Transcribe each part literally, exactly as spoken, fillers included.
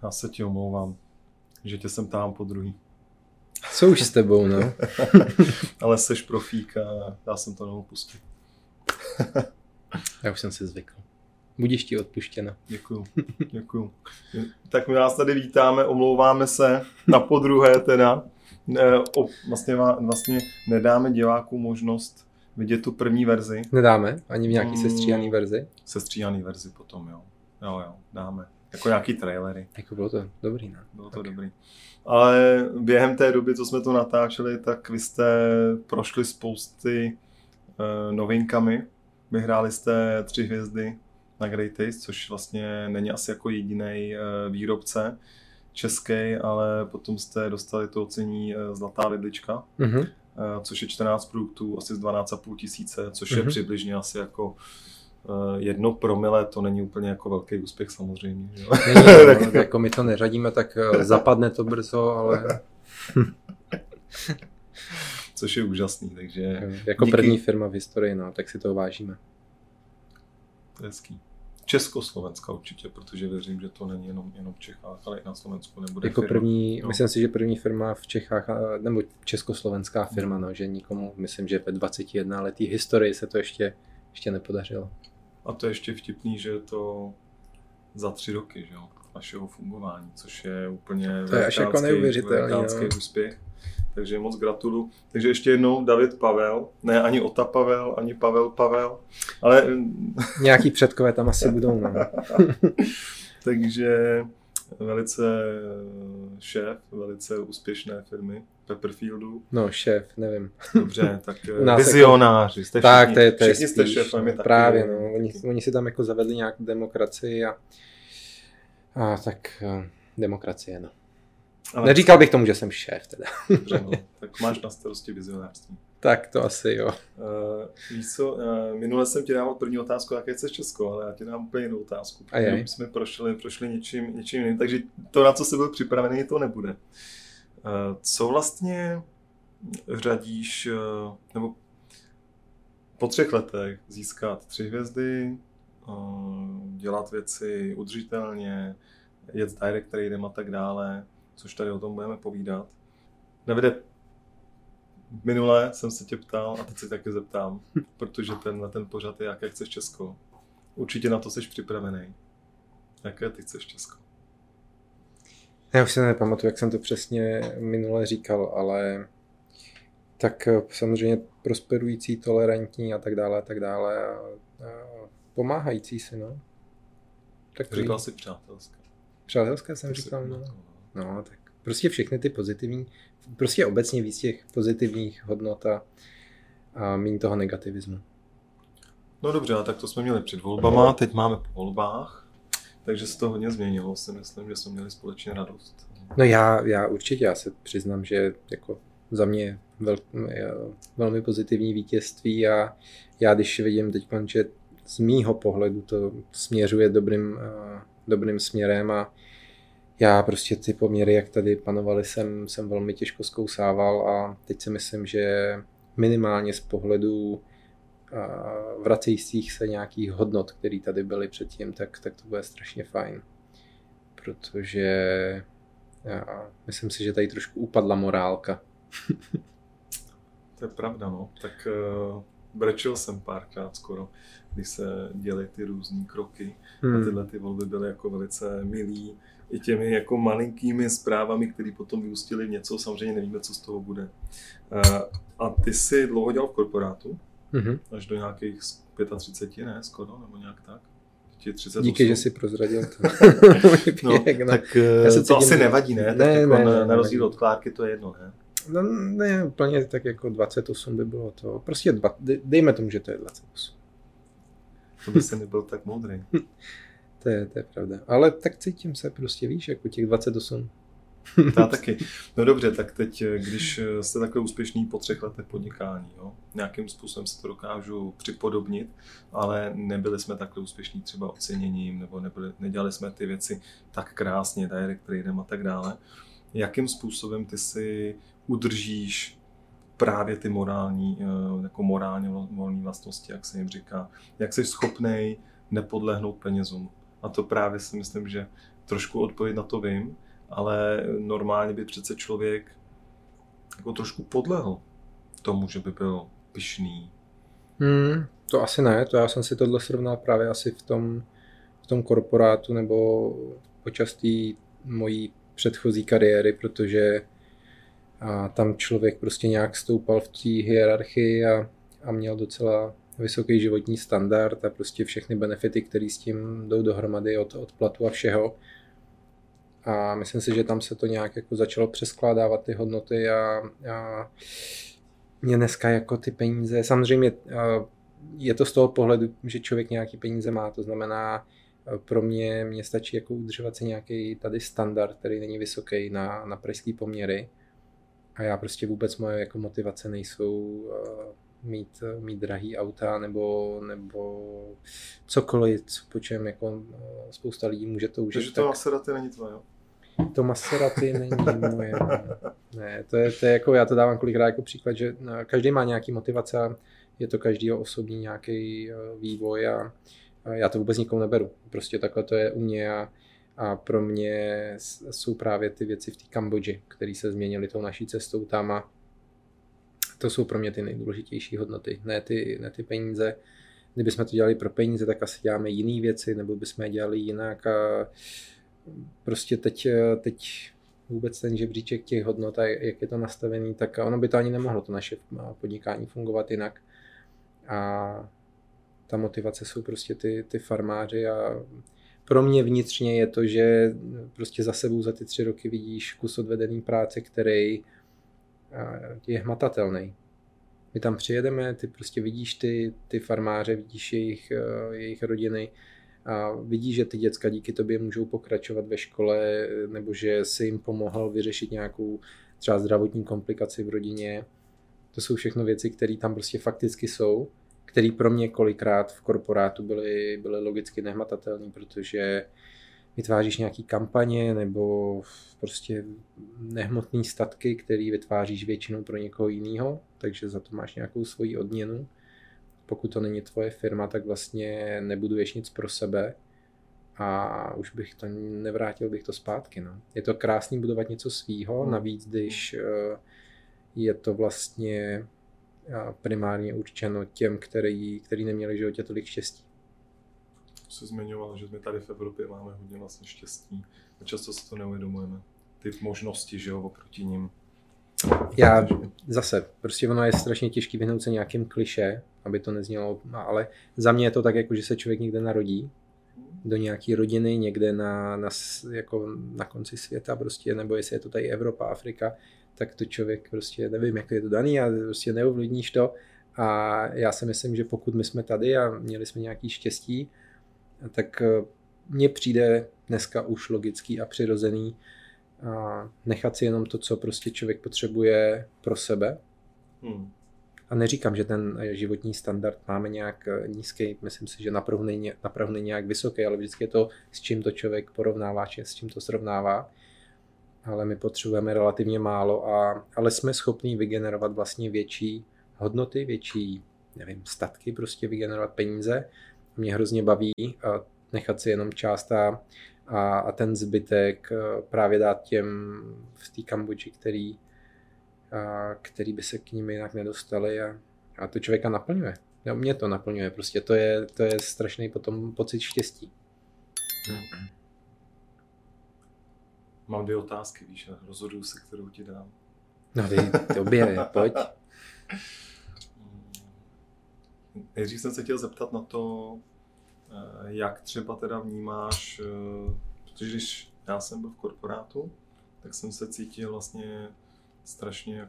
Já se ti omlouvám, že tě jsem tam po druhý. Co už s tebou, no? Ale seš profík a já jsem to nemohl pustit. Já už jsem si zvykl. Budíš ti odpuštěna. Děkuju, děkuju. Tak my vás tady vítáme, omlouváme se na podruhé teda. O, vlastně, vlastně nedáme divákům možnost vidět tu první verzi. Nedáme? Ani v nějaký sestříhaný verzi? Sestříhaný verzi potom, jo. Jo, jo, dáme. Jako nějaký trailery. Jako bylo to dobrý, ne? Bylo to tak. Dobrý. Ale během té doby, co jsme to natáčeli, tak vy jste prošli spousty uh, novinkami. Vyhráli jste tři hvězdy na Great Taste, což vlastně není asi jako jediný uh, výrobce český, ale potom jste dostali to ocení uh, Zlatá vidlička, mm-hmm. uh, což je čtrnáct produktů, asi z dvanáct a půl tisíce, což mm-hmm. je přibližně asi jako jedno promile, to není úplně jako velký úspěch samozřejmě. Jo? Není, no, jako my to neřadíme, tak zapadne to brzo, ale... Což je úžasný, takže... Jako díky. První firma v historii, no, tak si to vážíme. To je hezký. Československá určitě, protože věřím, že to není jenom, jenom v Čechách, ale i na Slovensku nebude jako firma. První, no. Myslím si, že první firma v Čechách, nebo československá firma, no, že nikomu, myslím, že ve dvaceti jedné letý historii se to ještě, ještě nepodařilo. A to je ještě vtipný, že je to za tři roky, že jo, našeho fungování, což je úplně to je až jako neuvěřitelný, velikánský úspěch. Takže moc gratuluju. Takže ještě jednou David Pavel, ne ani Ota Pavel, ani Pavel Pavel, ale... Nějaký předkové tam asi budou, no. Takže velice šéf, velice úspěšné firmy Pepperfieldu. No, šéf, nevím. Dobře, tak vizionáři, jste všichni, tak, to je, to je všichni jste šéfem. Je taky, právě, no, oni, oni si tam jako zavedli nějakou demokracii a, a tak demokracie, no. Ale neříkal bych tomu, že jsem šéf teda. Dobře, no, tak máš na starosti vizionářství. Tak to asi jo. Uh, víš co, uh, minule jsem ti dával první otázku, jaké chceš Česko, ale já ti dám úplně jinou otázku. A my jsme prošli, prošli něčím, něčím jiným, takže to, na co jsi byl připravený, to nebude. Uh, co vlastně řadíš, uh, nebo po třech letech získat tři hvězdy, uh, dělat věci udržitelně, jet s direct tradingem a tak dále, což tady o tom budeme povídat. Davide, minule jsem se tě ptal a teď se taky zeptám, protože tenhle ten pořad je, jaké chceš Česko. Určitě na to jsi připravený. Jaké ty chceš Česko? Já už se nepamatuju, jak jsem to přesně minule říkal, ale tak samozřejmě prosperující, tolerantní a tak dále a tak dále a, a pomáhající si, no. Tak říkal jsi přátelské. Přátelské jsem to říkal, no. No, tak prostě všechny ty pozitivní, prostě obecně víc těch pozitivních hodnot a, a méně toho negativismu. No dobře, tak to jsme měli před volbama, teď máme po volbách, takže se to hodně změnilo, si myslím, že jsme měli společně radost. No já, já určitě, já se přiznám, že jako za mě vel, velmi pozitivní vítězství a já když vidím teď, že z mýho pohledu to směřuje dobrým, dobrým směrem a já prostě ty poměry, jak tady panovaly, jsem, jsem velmi těžko zkousával a teď si myslím, že minimálně z pohledu vracejících se nějakých hodnot, které tady byly předtím, tak, tak to bude strašně fajn. Protože já myslím si, že tady trošku upadla morálka. To je pravda, no. Tak uh, brečel jsem párkrát skoro, když se děly ty různý kroky hmm. a tyhle ty volby byly jako velice milý. I těmi jako malinkými zprávami, které potom vyústily v něco, samozřejmě nevíme, co z toho bude. Uh, a ty jsi dlouho dělal v korporátu? Mm-hmm. Až do nějakých třicet pět, ne? Skoro, nebo nějak tak? třicet osm. Díky, že jsi prozradil to. No, tak já se to asi nevadí, ne? Ne, tak jako ne, na, ne, na rozdíl od Klárky to je jedno, ne? No ne, úplně tak jako dvacet osm by bylo to. Prostě dva, dejme tomu, že to je dvacet osm. To by se nebyl tak moudrý. To je, to je pravda. Ale tak cítím se prostě, víš, jako těch dvacet osm. Já taky. No dobře, tak teď, když jste takhle úspěšný po třech letech podnikání, jo, nějakým způsobem se to dokážu připodobnit, ale nebyli jsme takhle úspěšní třeba oceněním, nebo nebyli, nedělali jsme ty věci tak krásně, direct tradingem a tak dále. Jakým způsobem ty si udržíš právě ty morální, jako morálně volné vlastnosti, jak se jim říká, jak jsi schopnej nepodlehnout penězům. A to právě si myslím, že trošku odpověď na to vím, ale normálně by přece člověk jako trošku podlehl tomu, že by byl pyšný. Hmm, to asi ne, to já jsem si tohle srovnal právě asi v tom, v tom korporátu nebo počas té mojí předchozí kariéry, protože a tam člověk prostě nějak stoupal v té hierarchii a, a měl docela vysoký životní standard a prostě všechny benefity, které s tím jdou dohromady od, od platu a všeho. A myslím si, že tam se to nějak jako začalo přeskládávat ty hodnoty a, a mě dneska jako ty peníze, samozřejmě je to z toho pohledu, že člověk nějaký peníze má, to znamená pro mě, mě stačí jako udržovat si nějaký tady standard, který není vysoký na, na pražský poměry a já prostě vůbec moje jako motivace nejsou mít, mít drahý auta nebo, nebo cokoliv, po čem jako spousta lidí může to užít. Takže to tak... Maserati není tvoje, jo? To Maserati není moje. Ne, to je, to je jako, já to dávám kolikrát jako příklad, že každý má nějaký motivace a je to každýho osobní nějaký vývoj a, a já to vůbec nikomu neberu. Prostě takhle to je u mě a, a pro mě jsou právě ty věci v té Kambodži, které se změnily tou naší cestou tam a to jsou pro mě ty nejdůležitější hodnoty, ne ty, ne ty peníze. Kdybychom to dělali pro peníze, tak asi děláme jiné věci, nebo bychom je dělali jinak a prostě teď, teď vůbec ten žebříček těch hodnot a jak je to nastavený, tak ono by to ani nemohlo to naše podnikání fungovat jinak. A ta motivace jsou prostě ty, ty farmáři a pro mě vnitřně je to, že prostě za sebou za ty tři roky vidíš kus odvedený práce, který je hmatatelný. My tam přijedeme, ty prostě vidíš ty, ty farmáře, vidíš jejich, jejich rodiny a vidíš, že ty děcka díky tobě můžou pokračovat ve škole nebo že si jim pomohl vyřešit nějakou třeba zdravotní komplikaci v rodině. To jsou všechno věci, které tam prostě fakticky jsou, které pro mě kolikrát v korporátu byly, byly logicky nehmatatelné, protože vytváříš nějaký kampaně nebo prostě nehmotné statky, které vytváříš většinou pro někoho jiného, takže za to máš nějakou svoji odměnu. Pokud to není tvoje firma, tak vlastně nebuduješ nic pro sebe a už bych to nevrátil bych to zpátky. No. Je to krásný budovat něco svýho, navíc když je to vlastně primárně určeno těm, který, který neměli v životě tolik štěstí. Se zmiňoval, že my tady v Evropě máme hodně vlastně štěstí a často si to neuvědomujeme. Ty možnosti, že jo, oproti nim. Já zase, prostě ono je strašně těžký vyhnout se nějakým klišé, aby to neznělo, ale za mě je to tak, jako že se člověk někde narodí do nějaké rodiny, někde na, na, jako na konci světa prostě, nebo jestli je to tady Evropa, Afrika, tak to člověk prostě nevím, jak je to daný a prostě neovlivníš to a já si myslím, že pokud my jsme tady a měli jsme nějaký štěstí, tak mně přijde dneska už logický a přirozený a nechat si jenom to, co prostě člověk potřebuje pro sebe. Hmm. A neříkám, že ten životní standard máme nějak nízký, myslím si, že napravdu není, napravdu není nějak vysoký, ale vždycky je to, s čím to člověk porovnává, či s čím to srovnává. Ale my potřebujeme relativně málo, a, ale jsme schopní vygenerovat vlastně větší hodnoty, větší, nevím, statky, prostě vygenerovat peníze. Mě hrozně baví nechat si jenom část a, a, a ten zbytek právě dát těm v té Kambodži, který, a, který by se k ním jinak nedostali a, a to člověka naplňuje. Jo, mě to naplňuje, prostě to je, to je strašný potom pocit štěstí. Hmm. Mám dvě otázky, víš, a rozhoduju se, kterou ti dám. No dej, obě, pojď. Nejdřív jsem se chtěl zeptat na to, jak třeba teda vnímáš, protože když já jsem byl v korporátu, tak jsem se cítil vlastně strašně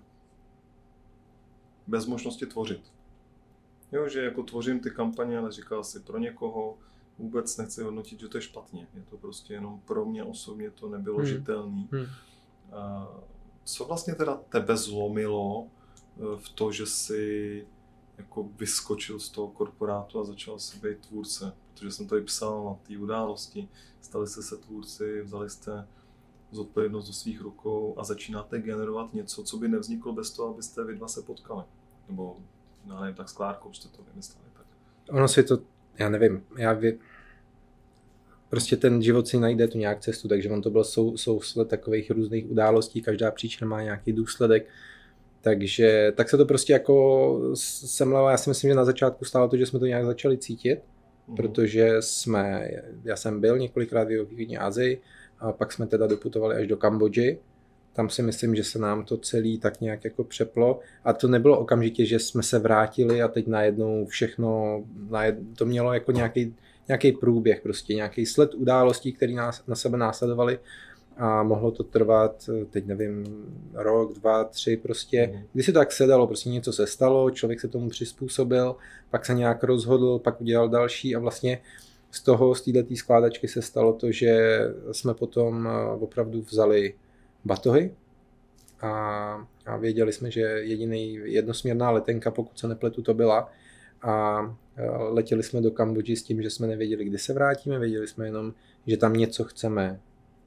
bez možnosti tvořit. Jo, že jako tvořím ty kampaně, ale říkal si pro někoho, vůbec nechci hodnotit, že to je špatně. Je to prostě jenom pro mě osobně to nebylo hmm. žitelný. Hmm. Co vlastně teda tebe zlomilo v to, že jsi jako vyskočil z toho korporátu a začal si být tvůrce? Protože jsem tady psal na té události, stali jste se tvůrci, vzali jste zodpovědnost do svých rukou a začínáte generovat něco, co by nevzniklo bez toho, abyste vy dva se potkali. Nebo, no nevím, tak s Klárkou jste to vymysleli. Tak. Ono si to, já nevím, já vy... prostě ten život si najde tu nějak cestu, takže on to byl sou, sousled takových různých událostí, každá příčina má nějaký důsledek, takže tak se to prostě jako semlelo. Já si myslím, že na začátku stálo to, že jsme to nějak začali cítit, mm. protože jsme, já jsem byl několikrát v Jihovýchodní Asii a pak jsme teda doputovali až do Kambodži. Tam si myslím, že se nám to celý tak nějak jako přeplo a to nebylo okamžitě, že jsme se vrátili a teď najednou všechno, to mělo jako nějaký, nějaký průběh, prostě nějaký sled událostí, které nás na sebe následovaly a mohlo to trvat, teď nevím, rok, dva, tři prostě. Mm. Když se to tak sedalo, prostě něco se stalo, člověk se tomu přizpůsobil, pak se nějak rozhodl, pak udělal další a vlastně z toho, z této skládačky se stalo to, že jsme potom opravdu vzali batohy a, a věděli jsme, že jediný jednosměrná letenka, pokud se nepletu, to byla a letěli jsme do Kambodži s tím, že jsme nevěděli, kdy se vrátíme, věděli jsme jenom, že tam něco chceme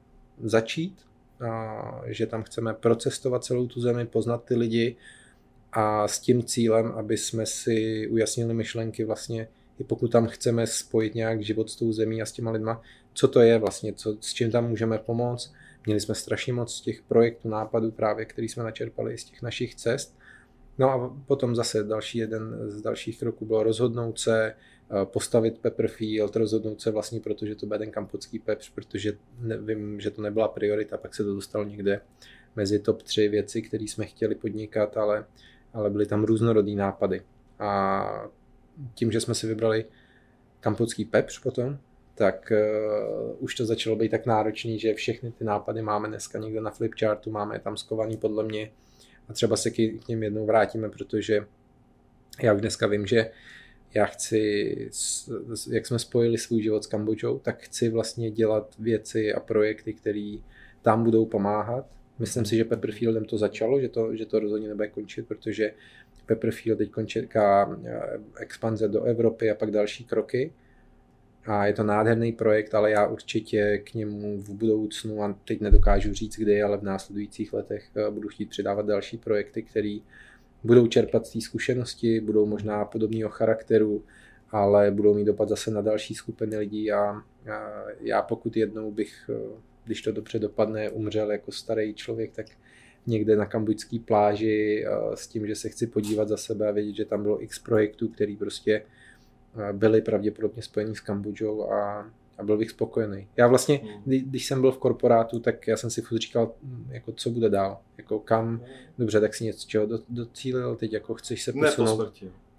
začít, a že tam chceme procestovat celou tu zemi, poznat ty lidi a s tím cílem, aby jsme si ujasnili myšlenky vlastně, i pokud tam chceme spojit nějak život s tou zemí a s těma lidma, co to je vlastně, co, s čím tam můžeme pomoct. Měli jsme strašně moc těch projektů, nápadů právě, který jsme načerpali z těch našich cest. No a potom zase další jeden z dalších kroků bylo rozhodnout se, postavit Pepperfield, rozhodnout se vlastně, protože to bude ten kambodský pepř, protože vím, že to nebyla priorita, pak se to dostalo někde mezi top tři věci, které jsme chtěli podnikat, ale, ale byly tam různorodý nápady. A tím, že jsme si vybrali kambodský pepř potom, tak uh, už to začalo být tak náročný, že všechny ty nápady máme dneska někde na flipchartu, máme je tam skovaný podle mě a třeba se k, k něm jednou vrátíme, protože já už dneska vím, že já chci, jak jsme spojili svůj život s Kambodžou, tak chci vlastně dělat věci a projekty, které tam budou pomáhat. Myslím si, že Pepperfieldem to začalo, že to, že to rozhodně nebude končit, protože Pepperfield teď čeká expanze do Evropy a pak další kroky. A je to nádherný projekt, ale já určitě k němu v budoucnu, a teď nedokážu říct kdy, ale v následujících letech budu chtít přidávat další projekty, které budou čerpat z té zkušenosti, budou možná podobného charakteru, ale budou mít dopad zase na další skupiny lidí a, a já pokud jednou bych, když to dobře dopadne, umřel jako starý člověk, tak někde na kambodžské pláži s tím, že se chci podívat za sebe a vědět, že tam bylo x projektů, který prostě byli pravděpodobně spojení s Kambodžou a, a byl bych spokojený. Já vlastně, kdy, když jsem byl v korporátu, tak já jsem si furt říkal, jako co bude dál, jako kam, dobře, tak si něco čeho do, docílil, teď jako chceš se posunout.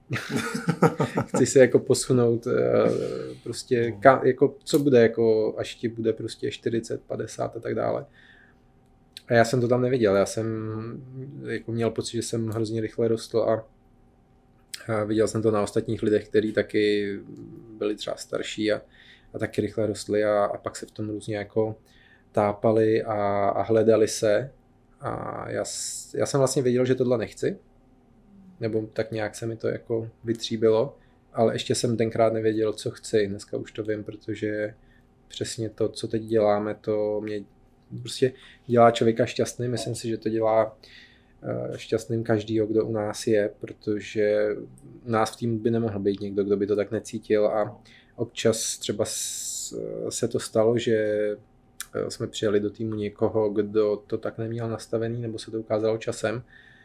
Chci se jako posunout, prostě, kam, jako co bude, jako až ti bude prostě čtyřicet, padesát a tak dále. A já jsem to tam neviděl, já jsem jako měl pocit, že jsem hrozně rychle rostl a A viděl jsem to na ostatních lidech, kteří taky byli třeba starší a, a taky rychle rostli a, a pak se v tom různě jako tápali a, a hledali se. A já, já jsem vlastně věděl, že tohle nechci, nebo tak nějak se mi to jako vytříbilo, ale ještě jsem tenkrát nevěděl, co chci. Dneska už to vím, protože přesně to, co teď děláme, to mě prostě dělá člověka šťastný. Myslím si, že to dělá šťastným každýho, kdo u nás je, protože u nás v týmu by nemohl být někdo, kdo by to tak necítil a občas třeba se to stalo, že jsme přijali do týmu někoho, kdo to tak neměl nastavený, nebo se to ukázalo časem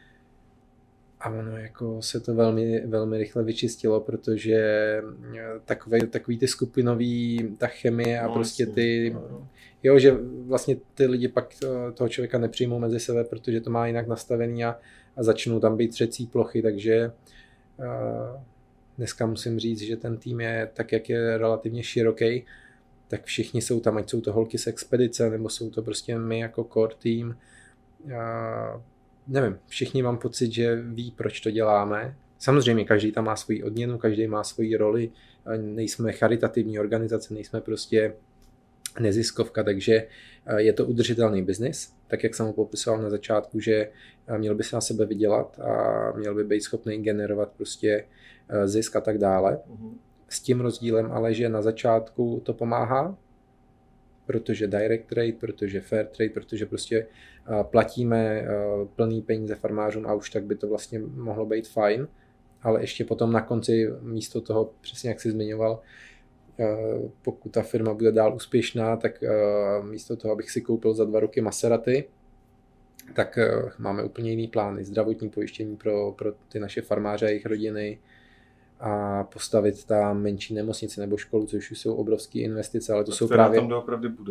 a ono jako se to velmi, velmi rychle vyčistilo, protože takový, takový ty skupinový, ta chemie a no, prostě ty, jo, že vlastně ty lidi pak toho člověka nepřijmou mezi sebe, protože to má jinak nastavený a, a začnou tam být třecí plochy, takže uh, dneska musím říct, že ten tým je tak, jak je relativně široký, tak všichni jsou tam, ať jsou to holky z expedice, nebo jsou to prostě my jako core tým. Uh, nevím, všichni mám pocit, že ví, proč to děláme. Samozřejmě každý tam má svoji odměnu, každý má svoji roli, nejsme charitativní organizace, nejsme prostě neziskovka, takže je to udržitelný biznis, tak jak jsem ho popisoval na začátku, že měl by se na sebe vydělat a měl by být schopný generovat prostě zisk a tak dále. S tím rozdílem ale, že na začátku to pomáhá, protože direct trade, protože fair trade, protože prostě platíme plný peníze farmářům a už tak by to vlastně mohlo být fajn, ale ještě potom na konci místo toho, přesně jak jsi zmiňoval, pokud ta firma bude dál úspěšná, tak místo toho, abych si koupil za dva roky Maserati, tak máme úplně jiný plány. Zdravotní pojištění pro, pro ty naše farmáře a jejich rodiny a postavit tam menší nemocnici nebo školu, což už jsou obrovské investice, ale to a jsou právě... tam doopravdy bude.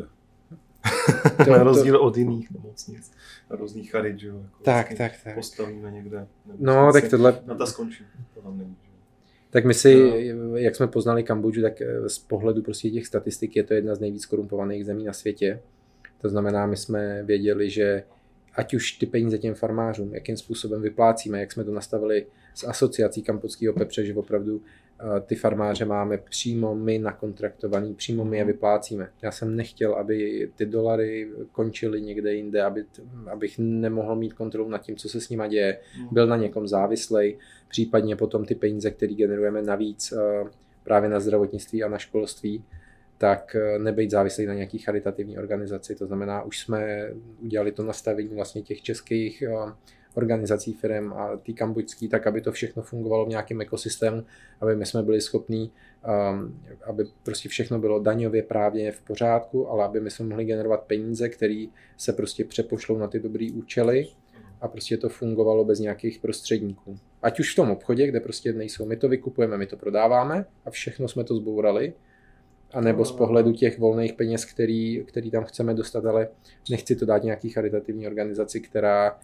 To, na rozdíl to... od jiných nemocnic a různých charit, že jo? Jako tak, tak, tak. Postavíme někde. No, tak tohle... A ta skončí. To tam není, že? Tak my si, no. jak jsme poznali Kambodžu, tak z pohledu prostě těch statistik je to jedna z nejvíc korumpovaných zemí na světě. To znamená, my jsme věděli, že ať už ty peníze těm farmářům, jakým způsobem vyplácíme, jak jsme to nastavili s asociací kambodského pepře, že opravdu ty farmáře máme přímo my nakontraktovaný, přímo my je vyplácíme. Já jsem nechtěl, aby ty dolary končily někde jinde, aby, abych nemohl mít kontrolu nad tím, co se s nima děje, byl na někom závislej, případně potom ty peníze, které generujeme navíc právě na zdravotnictví a na školství, tak nebejt závislý na nějaký charitativní organizaci. To znamená, už jsme udělali to nastavení vlastně těch českých organizací firem a ty kambodžský, tak aby to všechno fungovalo v nějakém ekosystému, aby my jsme byli schopní, um, aby prostě všechno bylo daňově právně v pořádku, ale aby my jsme mohli generovat peníze, které se prostě přepošlou na ty dobrý účely a prostě to fungovalo bez nějakých prostředníků. Ať už v tom obchodě, kde prostě nejsou, my to vykupujeme, my to prodáváme a všechno jsme to zbourali, a nebo z pohledu těch volných peněz, který, který tam chceme dostat, ale nechci to dát nějaký charitativní organizaci, která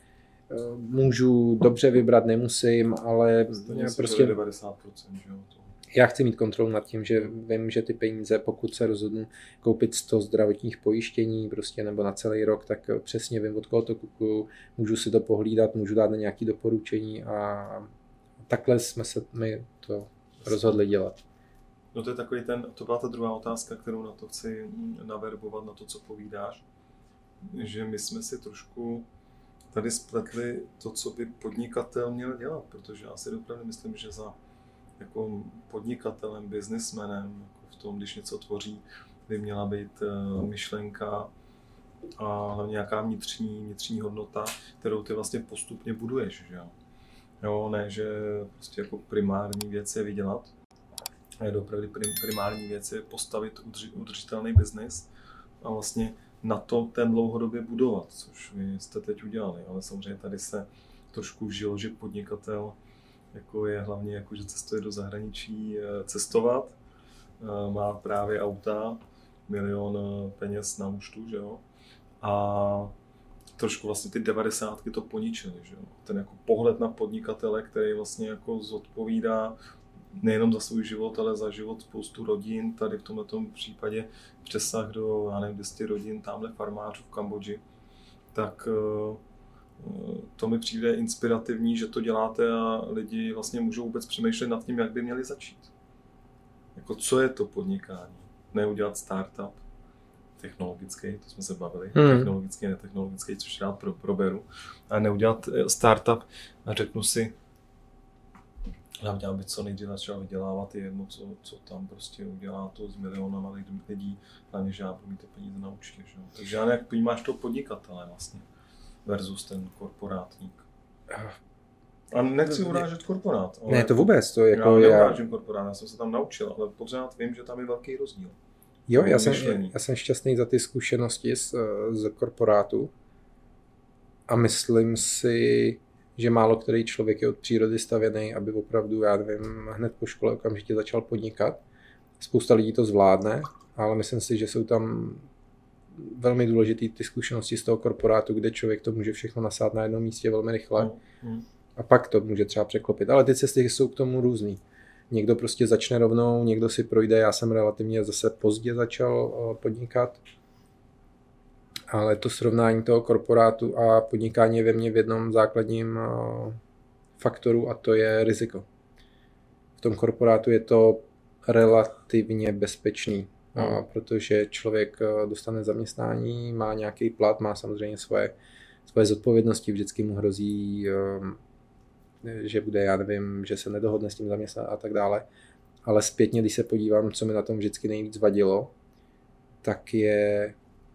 můžu dobře vybrat, nemusím, ale prostě devadesát procent, že jo? Já chci mít kontrolu nad tím, že vím, že ty peníze, pokud se rozhodnu koupit sto zdravotních pojištění prostě nebo na celý rok, tak přesně vím, od koho to kupuju, můžu si to pohlídat, můžu dát na nějaké doporučení a takhle jsme se my to rozhodli dělat. No to je takový ten, to byla ta druhá otázka, kterou na to chci naverbovat, na to, co povídáš, že my jsme si trošku tady spletli to, co by podnikatel měl dělat, protože já si opravdu myslím, že za jako podnikatelem, businessmanem, jako v tom, když něco tvoří, by měla být myšlenka a hlavně nějaká vnitřní, vnitřní hodnota, kterou ty vlastně postupně buduješ, že jo. Jo, ne, že prostě jako primární věc je vydělat, a je opravdu primární věc je postavit udržitelný biznis a vlastně na to ten dlouhodobě budovat, což vy jste teď udělali, ale samozřejmě tady se trošku vžilo, že podnikatel jako je hlavně jako, že cestuje do zahraničí cestovat, má právě auta, milion peněz na účtu, že jo, a trošku vlastně ty devadesátky to poničily, že jo, ten jako pohled na podnikatele, který vlastně jako zodpovídá nejenom za svůj život, ale za život spoustu rodin, tady v tomto případě přesah do, já nevím, dvě stě rodin, tamhle farmářů v Kambodži, tak to mi přijde inspirativní, že to děláte a lidi vlastně můžou vůbec přemýšlet nad tím, jak by měli začít. Jako co je to podnikání? Neudělat startup technologický, to jsme se bavili, hmm. technologický, netechnologický, což rád pro, proberu, a neudělat startup a řeknu si, hlavně, aby co nejdřív začal vydělávat, je jedno, co, co tam prostě udělá to s milionama lidí, hlavně, že já budu mít ty peníze na účtě. Že? Takže já jak pojímáš toho podnikatele vlastně versus ten korporátník. A nechci urážet korporát. Ne, to vůbec. To jako já neurážím já... korporát, já jsem se tam naučil, ale pořád vím, že tam je velký rozdíl. Jo, já jsem, já jsem šťastný za ty zkušenosti z, z korporátu a myslím si, že málo který člověk je od přírody stavěný, aby opravdu, já nevím, hned po škole okamžitě začal podnikat. Spousta lidí to zvládne, ale myslím si, že jsou tam velmi důležitý ty zkušenosti z toho korporátu, kde člověk to může všechno nasát na jednom místě velmi rychle a pak to může třeba překlopit. Ale ty cesty jsou k tomu různý. Někdo prostě začne rovnou, někdo si projde, já jsem relativně zase pozdě začal podnikat, ale to srovnání toho korporátu a podnikání je ve mně v jednom základním faktoru a to je riziko. V tom korporátu je to relativně bezpečný, hmm. protože člověk dostane zaměstnání, má nějaký plat, má samozřejmě svoje, svoje zodpovědnosti, vždycky mu hrozí, že bude, já nevím, že se nedohodne s tím zaměstnancem a tak dále. Ale zpětně, když se podívám, co mi na tom vždycky nejvíc vadilo, tak je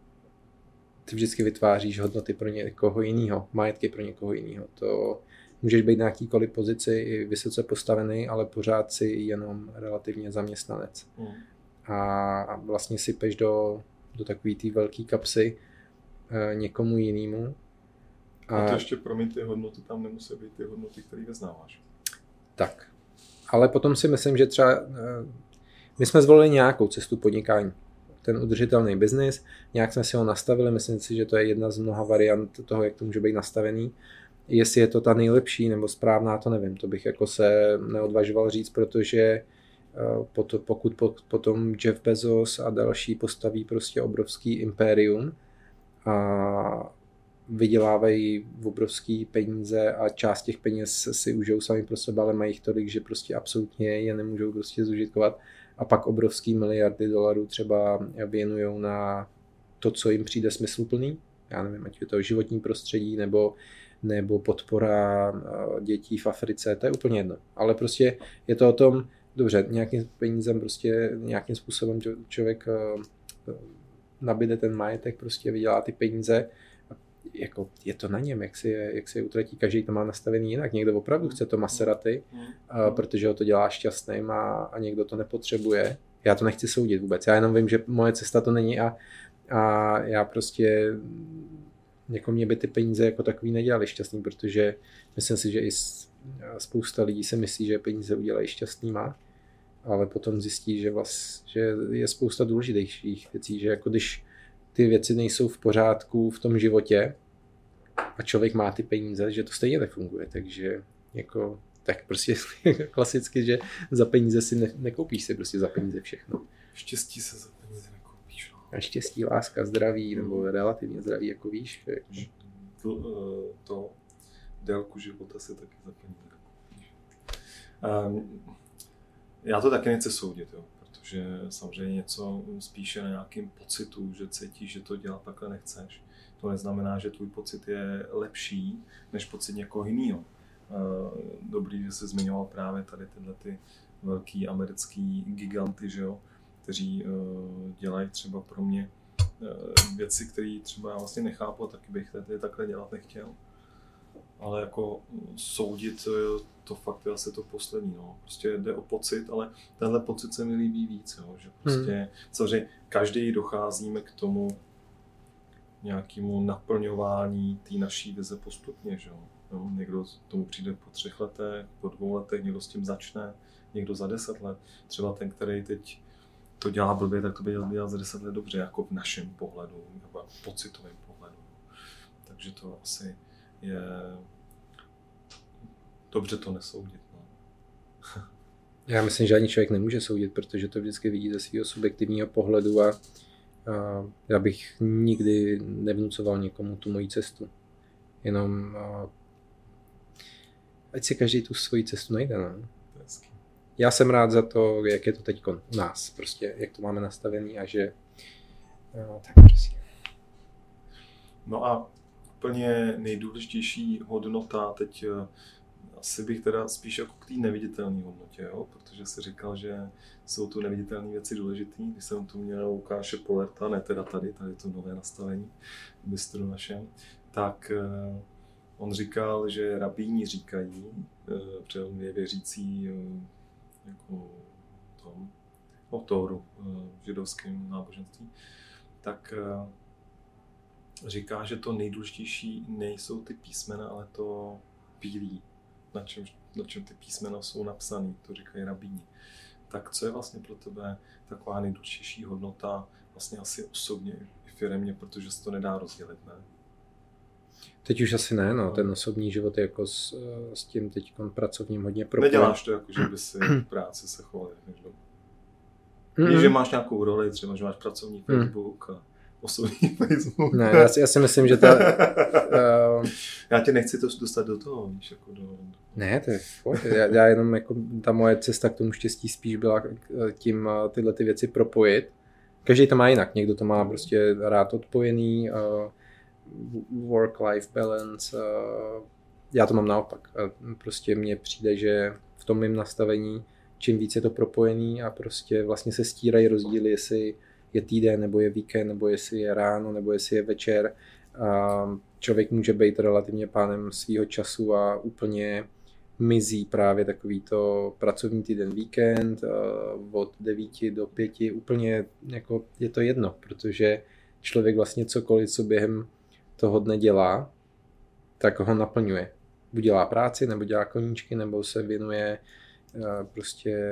ty vždycky vytváříš hodnoty pro někoho jiného, majetky pro někoho jiného. To můžeš být na jakýkoliv pozici, vysoce postavený, ale pořád si jenom relativně zaměstnanec. Mm. a vlastně sypeš do, do takový té velké kapsy e, někomu jinému. A, a to ještě promiň, ty hodnoty tam nemusí být ty hodnoty, které vyznáváš. Tak. Ale potom si myslím, že třeba e, my jsme zvolili nějakou cestu podnikání. Ten udržitelný biznis, nějak jsme si ho nastavili, myslím si, že to je jedna z mnoha variant toho, jak to může být nastavený. Jestli je to ta nejlepší nebo správná, to nevím, to bych jako se neodvažoval říct, protože pokud potom Jeff Bezos a další postaví prostě obrovský impérium a vydělávají obrovský peníze a část těch peněz si užijou sami pro sebe, ale mají jich tolik, že prostě absolutně je nemůžou prostě zužitkovat a pak obrovský miliardy dolarů třeba věnujou na to, co jim přijde smysluplný. Já nevím, ať je to životní prostředí nebo, nebo podpora dětí v Africe, to je úplně jedno. Ale prostě je to o tom, dobře, nějakým penízem prostě, nějakým způsobem člověk nabíde ten majetek, prostě vydělá ty peníze. Jako je to na něm, jak si je, jak si je utratí, každý to má nastavený jinak. Někdo opravdu chce to Maserati, mm. protože ho to dělá šťastným a, a někdo to nepotřebuje. Já to nechci soudit vůbec, já jenom vím, že moje cesta to není a, a já prostě jako mě by ty peníze jako takový nedělali šťastný, protože myslím si, že i spousta lidí si myslí, že peníze udělají šťastnýma, ale potom zjistí, že, vlast, že je spousta důležitějších věcí, že jako když ty věci nejsou v pořádku v tom životě a člověk má ty peníze, že to stejně nefunguje, takže jako tak prostě klasicky, že za peníze si ne, nekoupíš si prostě za peníze všechno. Štěstí se za peníze nekoupíš. No. A štěstí, láska, zdraví, nebo relativně zdraví, jako víš. To, to délku života si taky za peníze nekoupíš. Um, já to taky nechci soudit, jo. Že samozřejmě něco spíše na nějakým pocitu, že cítíš, že to dělat takhle nechceš. To neznamená, že tvůj pocit je lepší než pocit někoho jiného. Dobrý, že jsi zmiňoval právě tady tyhle ty velký americký giganty, že jo, kteří dělají třeba pro mě věci, které třeba já vlastně nechápu a taky bych tady takhle dělat nechtěl. Ale jako soudit, to fakt je asi to poslední, no. Prostě jde o pocit, ale tenhle pocit se mi líbí víc, jo. Že prostě, hmm. samozřejmě každý docházíme k tomu nějakému naplňování té naší vize postupně, že jo. Někdo tomu přijde po třech letech, po dvou letech, někdo s tím začne, někdo za deset let. Třeba ten, který teď to dělá blbě, tak to by dělal za deset let dobře, jako v našem pohledu, nebo v pocitovém pohledu. Takže to asi je dobře to nesoudit. No. Já myslím, že ani člověk nemůže soudit, protože to vždycky vidí ze svého subjektivního pohledu a, a já bych nikdy nevnucoval někomu tu moji cestu. Jenom a, ať si každý tu svoji cestu najde. No. Já jsem rád za to, jak je to teď u nás, prostě, jak to máme nastavený a že no, tak prostě. No a úplně nejdůležitější hodnota, teď asi bych teda spíš jako k té neviditelné hodnotě, jo? Protože jsi říkal, že jsou tu neviditelné věci důležité. Když jsem tu měl Lukáše Polerta, ne teda tady, tady to nové nastavení v bistru našem, tak uh, on říkal, že rabíni říkají, uh, protože on je věřící uh, jako tom, o Tóru, uh, v židovském náboženství, tak uh, říká, že to nejdůležitější nejsou ty písmena, ale to bílý, na čem, na čem ty písmena jsou napsané, to říkají rabíni. Tak co je vlastně pro tebe taková nejdůležitější hodnota, vlastně asi osobně i firemně, protože se to nedá rozdělit, ne? Teď už asi ne, no, ten osobní život je jako s, s tím teď pracovním hodně propojen. Neděláš to jako, že by si v práci se choval, než doma. Mm. Víš, že máš nějakou roli, třeba, že máš pracovní Facebook a osobní Facebook. Ne, já si, já si myslím, že ta... uh, já tě nechci to dostat do toho, víš, jako do... Ne, to je fakt. Já, já jenom, jako ta moje cesta k tomu štěstí spíš byla tím tyhle ty věci propojit. Každý to má jinak, někdo to má prostě rád odpojený, uh, work-life balance, uh, já to mám naopak. Uh, prostě mně přijde, že v tom mým nastavení, čím víc je to propojený a prostě vlastně se stírají rozdíly, jestli je týden, nebo je víkend, nebo jestli je ráno, nebo jestli je večer. A člověk může být relativně pánem svýho času a úplně mizí právě takový to pracovní týden, víkend od devíti do pěti, úplně jako je to jedno, protože člověk vlastně cokoliv, co během toho dne dělá, tak ho naplňuje. Buď dělá práci, nebo dělá koníčky, nebo se věnuje prostě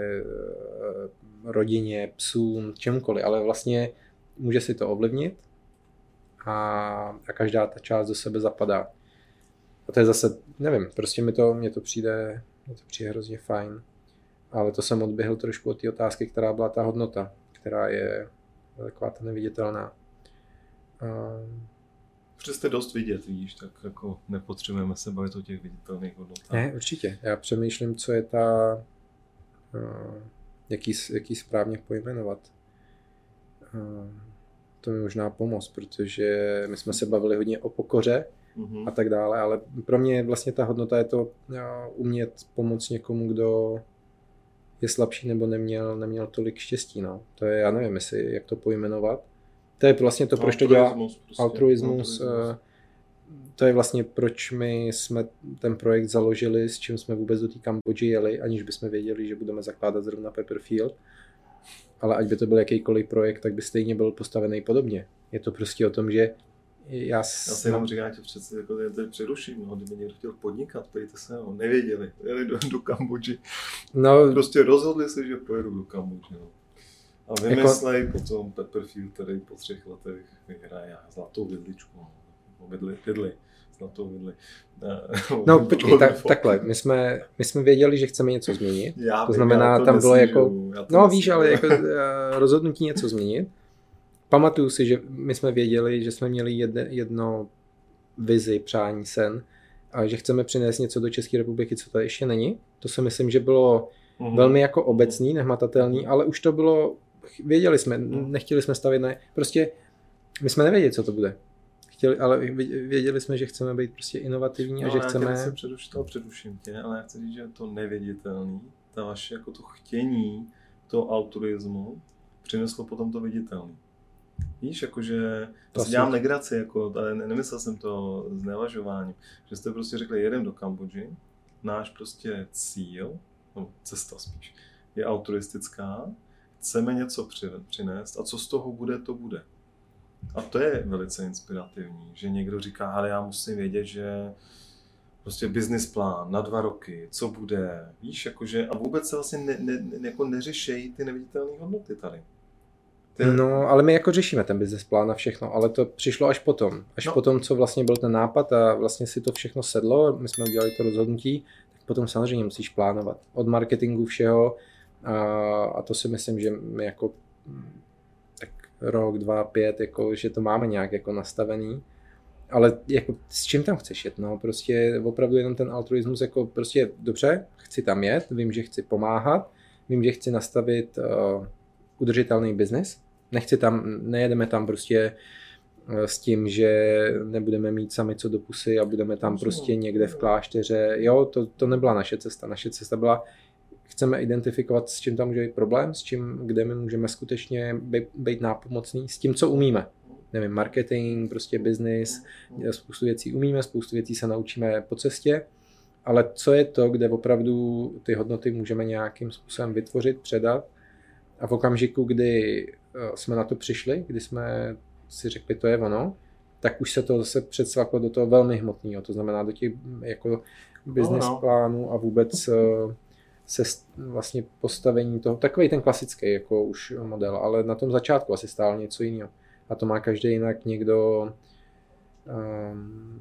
rodině, psům, čemukoliv, ale vlastně může si to ovlivnit a, a každá ta část do sebe zapadá. A to je zase, nevím, prostě mi to, mně to přijde, mně to přijde hrozně fajn. Ale to jsem odběhl trošku od té otázky, která byla ta hodnota, která je taková ta neviditelná. Um, Protože jste dost vidět, víš, tak jako nepotřebujeme se bavit o těch viditelných hodnotách. Ne, určitě. Já přemýšlím, co je ta, uh, jaký, jaký správně pojmenovat. Uh, to mi možná pomoct, protože my jsme se bavili hodně o pokoře, a tak dále, ale pro mě vlastně ta hodnota je to umět pomoct někomu, kdo je slabší nebo neměl, neměl tolik štěstí, no. To je, já nevím, jestli, jak to pojmenovat. To je vlastně to, proč to dělá prostě. Altruismus. Altruismus. To je vlastně, proč my jsme ten projekt založili, s čím jsme vůbec do té Kambodži jeli, aniž bychom věděli, že budeme zakládat zrovna Pepperfield. Ale ať by to byl jakýkoliv projekt, tak by stejně byl postavený podobně. Je to prostě o tom, že Já, Já si jenom říkám, že přece jako tady přeruším, no, kdyby někdo chtěl podnikat, pojďte se, no, nevěděli, jeli do, do Kambodži. No, prostě rozhodli se, že pojedu do Kambodži. No. A vymyslej jako... potom Pepperfield, který po třech letech vyhraje zlatou vidličku. No, vidli, vidli, zlatou vidli. No počkej, tak, takhle, my jsme, my jsme věděli, že chceme něco změnit. Já to znamená, to tam bylo jako, no víš, ale jako rozhodnutí něco změnit. Pamatuju si, že my jsme věděli, že jsme měli jedne, jedno vizi, přání, sen a že chceme přinést něco do České republiky, co to ještě není. To si myslím, že bylo uhum. velmi jako obecný, nehmatatelný, ale už to bylo, věděli jsme, nechtěli jsme stavět, ne, prostě my jsme nevěděli, co to bude. Chtěli, ale věděli jsme, že chceme být prostě inovativní no, a že chceme... Já tě předuším, toho předuším tě, ale já chci říct, že je to neviditelný, ta vaše jako to chtění, toho altruismu přineslo potom to viditelný. Víš, jakože to dělám legraci, jako, ale nemyslel jsem to znevažováním, že jste prostě řekli, jedem do Kambodži, náš prostě cíl, no cesta spíš, je altruistická, chceme něco přinést a co z toho bude, to bude. A to je velice inspirativní, že někdo říká, ale já musím vědět, že prostě business plán na dva roky, co bude, víš, jakože a vůbec se vlastně ne, ne, jako neřešejí ty neviditelné hodnoty tady. Ty... No, ale my jako řešíme ten business plán a všechno, ale to přišlo až potom. Až no. potom, co vlastně byl ten nápad a vlastně si to všechno sedlo, my jsme udělali to rozhodnutí, tak potom samozřejmě musíš plánovat. Od marketingu všeho a, a to si myslím, že my jako tak rok, dva, pět, jako, že to máme nějak jako nastavený. Ale jako s čím tam chceš jet? No, prostě opravdu jenom ten altruismus, jako prostě dobře, chci tam jet, vím, že chci pomáhat, vím, že chci nastavit uh, udržitelný biznis. Nechci tam, nejedeme tam prostě s tím, že nebudeme mít sami co do pusy a budeme tam prostě někde v klášteře. Jo, to, to nebyla naše cesta. Naše cesta byla, chceme identifikovat, s čím tam může být problém, s čím, kde my můžeme skutečně být, být nápomocný, s tím, co umíme. Nevím, marketing, prostě biznis, spoustu věcí umíme, spoustu věcí se naučíme po cestě, ale co je to, kde opravdu ty hodnoty můžeme nějakým způsobem vytvořit, předat. A v okamžiku, kdy jsme na to přišli, kdy jsme si řekli, to je ono, tak už se to zase předsvaklo do toho velmi hmotného, to znamená do těch jako business plánů a vůbec se vlastně postavení toho, takový ten klasický jako už model, ale na tom začátku asi stál něco jiného. A to má každý jinak, někdo um,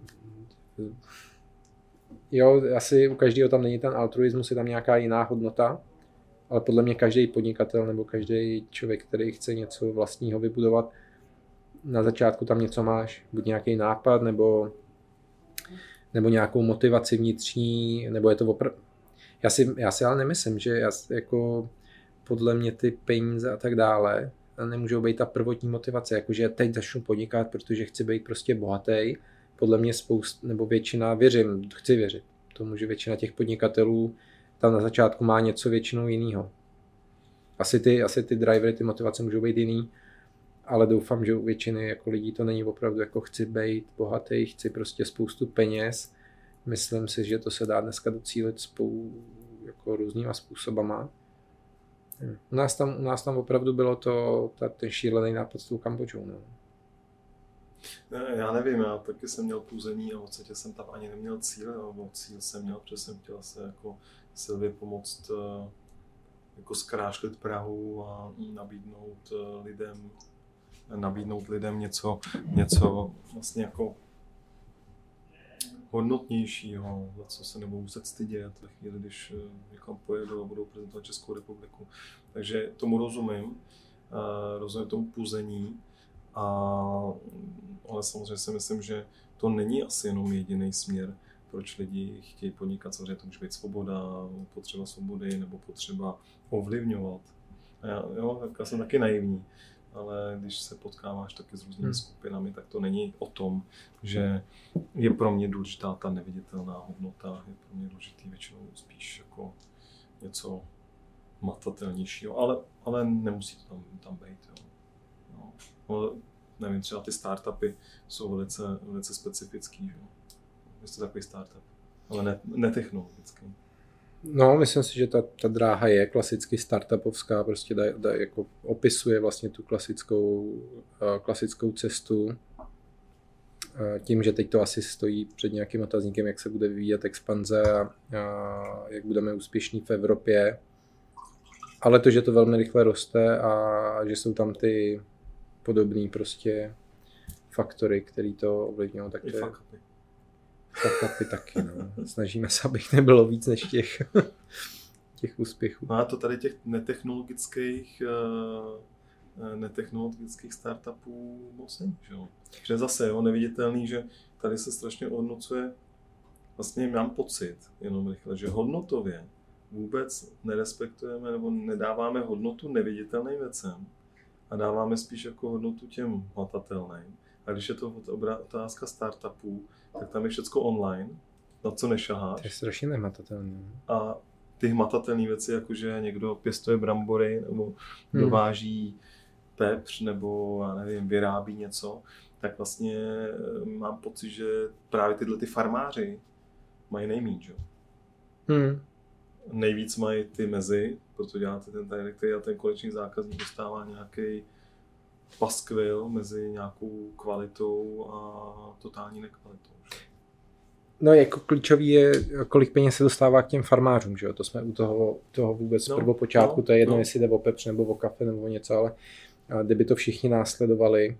jo, asi u každého tam není ten altruismus, je tam nějaká jiná hodnota, ale podle mě každý podnikatel nebo každý člověk, který chce něco vlastního vybudovat, na začátku tam něco máš, buď nějaký nápad, nebo, nebo nějakou motivaci vnitřní, nebo je to opravdu. Já si, já si ale nemyslím, že já, jako podle mě ty peníze a tak dále nemůžou být ta prvotní motivace, jakože teď začnu podnikat, protože chci být prostě bohatý. Podle mě spoust, nebo většina, věřím, chci věřit tomu, že většina těch podnikatelů tam na začátku má něco většinou jiného. Asi ty, asi ty drivery, ty motivace můžou být jiný, ale doufám, že u většiny jako lidí to není opravdu jako chci být bohatý, chci prostě spoustu peněz Myslím si, že to se dá dneska docílit spou jako různýma způsobama. U nás tam, u nás tam opravdu bylo to, ta, ten šílený nápad s tou Kambodžou. No. Ne, já nevím, já taky jsem měl půzení a v podstatě jsem tam ani neměl cíl, nebo cíl jsem měl, protože jsem chtěl se jako Silvě pomoct jako zkrášlit Prahu a nabídnout lidem, nabídnout lidem něco, něco vlastně jako hodnotnějšího, za co se nebudou muset stydět ve chvíli, když někam pojedou a budou prezentovat Českou republiku. Takže tomu rozumím, rozumím tomu půzení, a, ale samozřejmě si myslím, že to není asi jenom jediný směr, proč lidi chtějí podnikat. Samozřejmě to může být svoboda, potřeba svobody nebo potřeba ovlivňovat. A já, jo, tak já jsem taky naivní, ale když se potkáváš taky s různými hmm. skupinami, tak to není o tom, že je pro mě důležitá ta neviditelná hodnota, je pro mě důležitý většinou spíš jako něco matatelnějšího, ale, ale nemusí to tam, tam být. Jo. No, no, nevím, třeba ty startupy jsou velice, velice specifický, že? Jste takový startup, ale ne, netechnologický. No, myslím si, že ta, ta dráha je klasicky startupovská, prostě da, da, jako opisuje vlastně tu klasickou, klasickou cestu. Tím, že teď to asi stojí před nějakým otazníkem, jak se bude vyvíjet expanze a, a jak budeme úspěšní v Evropě. Ale to, že to velmi rychle roste a že jsou tam ty podobné prostě faktory, které to ovlivňují, tak to je... Fakapy taky, no. Snažíme se, abych nebylo víc než těch, těch úspěchů. No a to tady těch netechnologických, netechnologických startupů moc není, že jo. Že zase, jo, neviditelný, že tady se strašně hodnocuje, vlastně mám pocit, jenom rychle, že hodnotově vůbec nerespektujeme nebo nedáváme hodnotu neviditelným věcem a dáváme spíš jako hodnotu těm hmatatelným. A když je to otázka startupů, tak tam je všecko online, na co nešaháš. To je strašně nehmatatelné. A ty hmatatelné věci, jakože někdo pěstuje brambory, nebo hmm. dováží pepř, nebo já nevím, vyrábí něco, tak vlastně mám pocit, že právě tyhle ty farmáři mají nejmíň, že? Hmm. Nejvíc mají ty mezi, protože děláte ten direct a ten konečný zákazník dostává nějaký paskvil mezi nějakou kvalitou a totální nekvalitou. No jako klíčový je, kolik peněz se dostává k těm farmářům, že jo? To jsme u toho, toho vůbec no, prvopočátku, no, to je jedno, no. jestli jde o pepř nebo o kafe nebo o něco, ale kdyby to všichni následovali,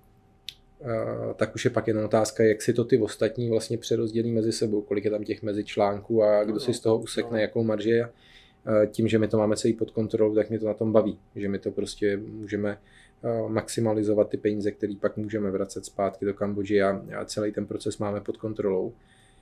tak už je pak jenom otázka, jak si to ty ostatní vlastně přerozdělí mezi sebou, kolik je tam těch mezičlánků a kdo no, si z toho usekne, no. jakou marži. Tím, že my to máme celý pod kontrolou, tak mě to na tom baví, že my to prostě můžeme maximalizovat ty peníze, které pak můžeme vracet zpátky do Kambodži a, a celý ten proces máme pod kontrolou.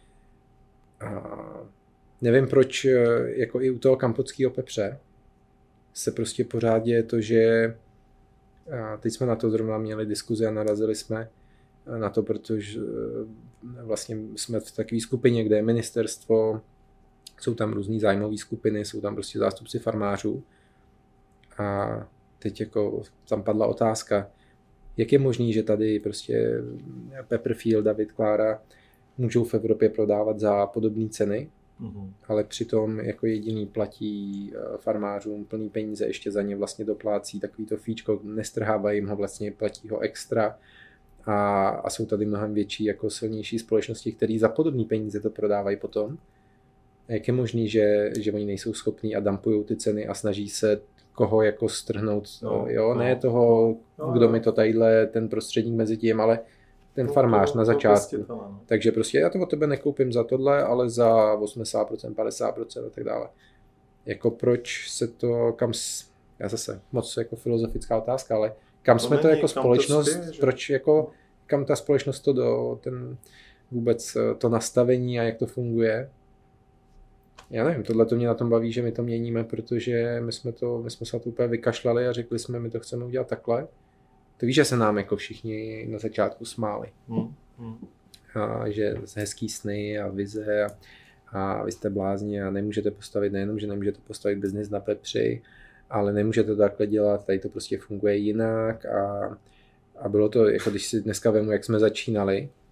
A nevím proč, jako i u toho kambodského pepře se prostě pořád děje to, že a teď jsme na to zrovna měli diskuzi a narazili jsme na to, protože vlastně jsme v takové skupině, kde je ministerstvo, jsou tam různý zájmové skupiny, jsou tam prostě zástupci farmářů a teď jako tam padla otázka, jak je možný, že tady prostě Pepperfield, David, Klára můžou v Evropě prodávat za podobné ceny, mm-hmm. ale přitom jako jediný platí farmářům plný peníze, ještě za ně vlastně doplácí takový to fíčko, nestrhávají jim ho, vlastně platí ho extra a, a jsou tady mnohem větší, jako silnější společnosti, které za podobné peníze to prodávají potom. A jak je možný, že, že oni nejsou schopní a dumpujou ty ceny a snaží se koho jako strhnout, no, jo, no, ne toho, no, kdo no. mi to tadyhle, ten prostředník mezi tím, ale ten no, farmář to, na začátku. To to Takže prostě já to od tebe nekoupím za tohle, ale za osmdesát procent, padesát procent a tak dále. Jako proč se to, kam, já zase moc jako filozofická otázka, ale kam to jsme není, to jako společnost, to spěje, proč jako, kam ta společnost to do, ten vůbec to nastavení a jak to funguje. Já nevím, tohle to mě na tom baví, že my to měníme, protože my jsme, to, my jsme se to úplně vykašlali a řekli jsme, my to chceme udělat takhle. To víš, že se nám jako všichni na začátku smáli. Hmm. Hmm. A že hezký sny a vize a, a vy jste blázni a nemůžete postavit, nejenom, že nemůžete postavit biznis na pepři, ale nemůžete to takhle dělat, tady to prostě funguje jinak a, a bylo to, jako když si dneska vemu, jak jsme začínali,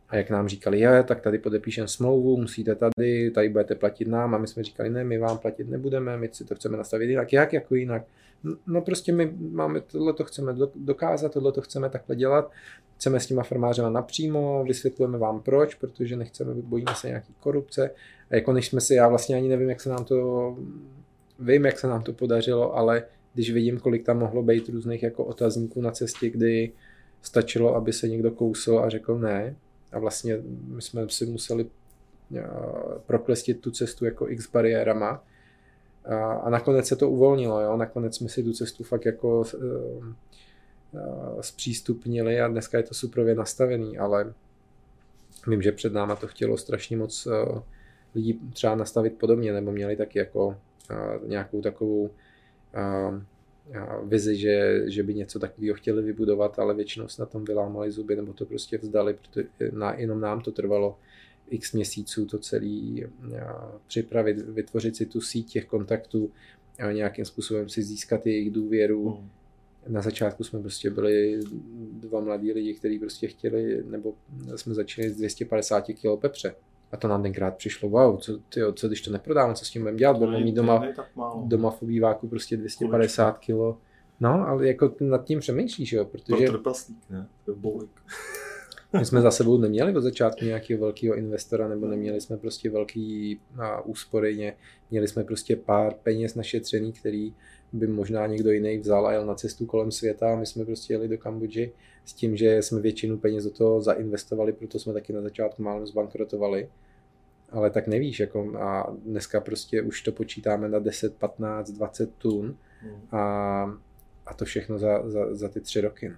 A jak nám říkali, je, tak tady podepíšem smlouvu, musíte tady, tady budete platit nám. A my jsme říkali, ne, my vám platit nebudeme, my si to chceme nastavit jinak. Jak, jako jinak? No prostě my máme tohle, to chceme dokázat, tohle to chceme takhle dělat. Chceme s těma farmářema napřímo, vysvětlujeme vám proč, protože nechceme, bojíme se nějaký korupce. A jako než jsme si, já vlastně ani nevím, jak se nám to, vím, jak se nám to podařilo, ale když vidím, kolik tam mohlo být různých jako otazníků na cestě, kdy stačilo, aby se někdo kousl a řekl ne. A vlastně my jsme si museli proklestit tu cestu jako x bariérama. A, a nakonec se to uvolnilo, jo? Nakonec jsme si tu cestu fakt jako uh, uh, zpřístupnili a dneska je to suprově nastavený, ale vím, že před náma to chtělo strašně moc uh, lidí třeba nastavit podobně, nebo měli taky jako uh, nějakou takovou uh, uh, vizi, že, že by něco takového chtěli vybudovat, ale většinou se na tom vylámali zuby, nebo to prostě vzdali, protože na, jenom nám to trvalo x měsíců to celý připravit, vytvořit si tu síť těch kontaktů a nějakým způsobem si získat jejich důvěru. Mm. Na začátku jsme prostě byli dva mladí lidi, kteří prostě chtěli, nebo jsme začali s dvě stě padesát kilo pepře. A to nám tenkrát přišlo, wow, co, tyjo, co když to neprodáme, co s tím budeme dělat, budeme mít doma, doma v obýváku prostě dvě stě padesát kilo. No, ale jako nad tím přemýšlíš, jo, protože... Pro trpaslík, ne? To je bolik. My jsme za sebou neměli od začátku nějakého velkého investora, nebo neměli jsme prostě velký a, úspory, měli jsme prostě pár peněz našetřený, který by možná někdo jiný vzal a jel na cestu kolem světa a my jsme prostě jeli do Kambodži s tím, že jsme většinu peněz do toho zainvestovali, proto jsme taky na začátku málo zbankrotovali. Ale tak nevíš, jako a dneska prostě už to počítáme na deset, patnáct, dvacet tun a, a to všechno za, za, za ty tři roky.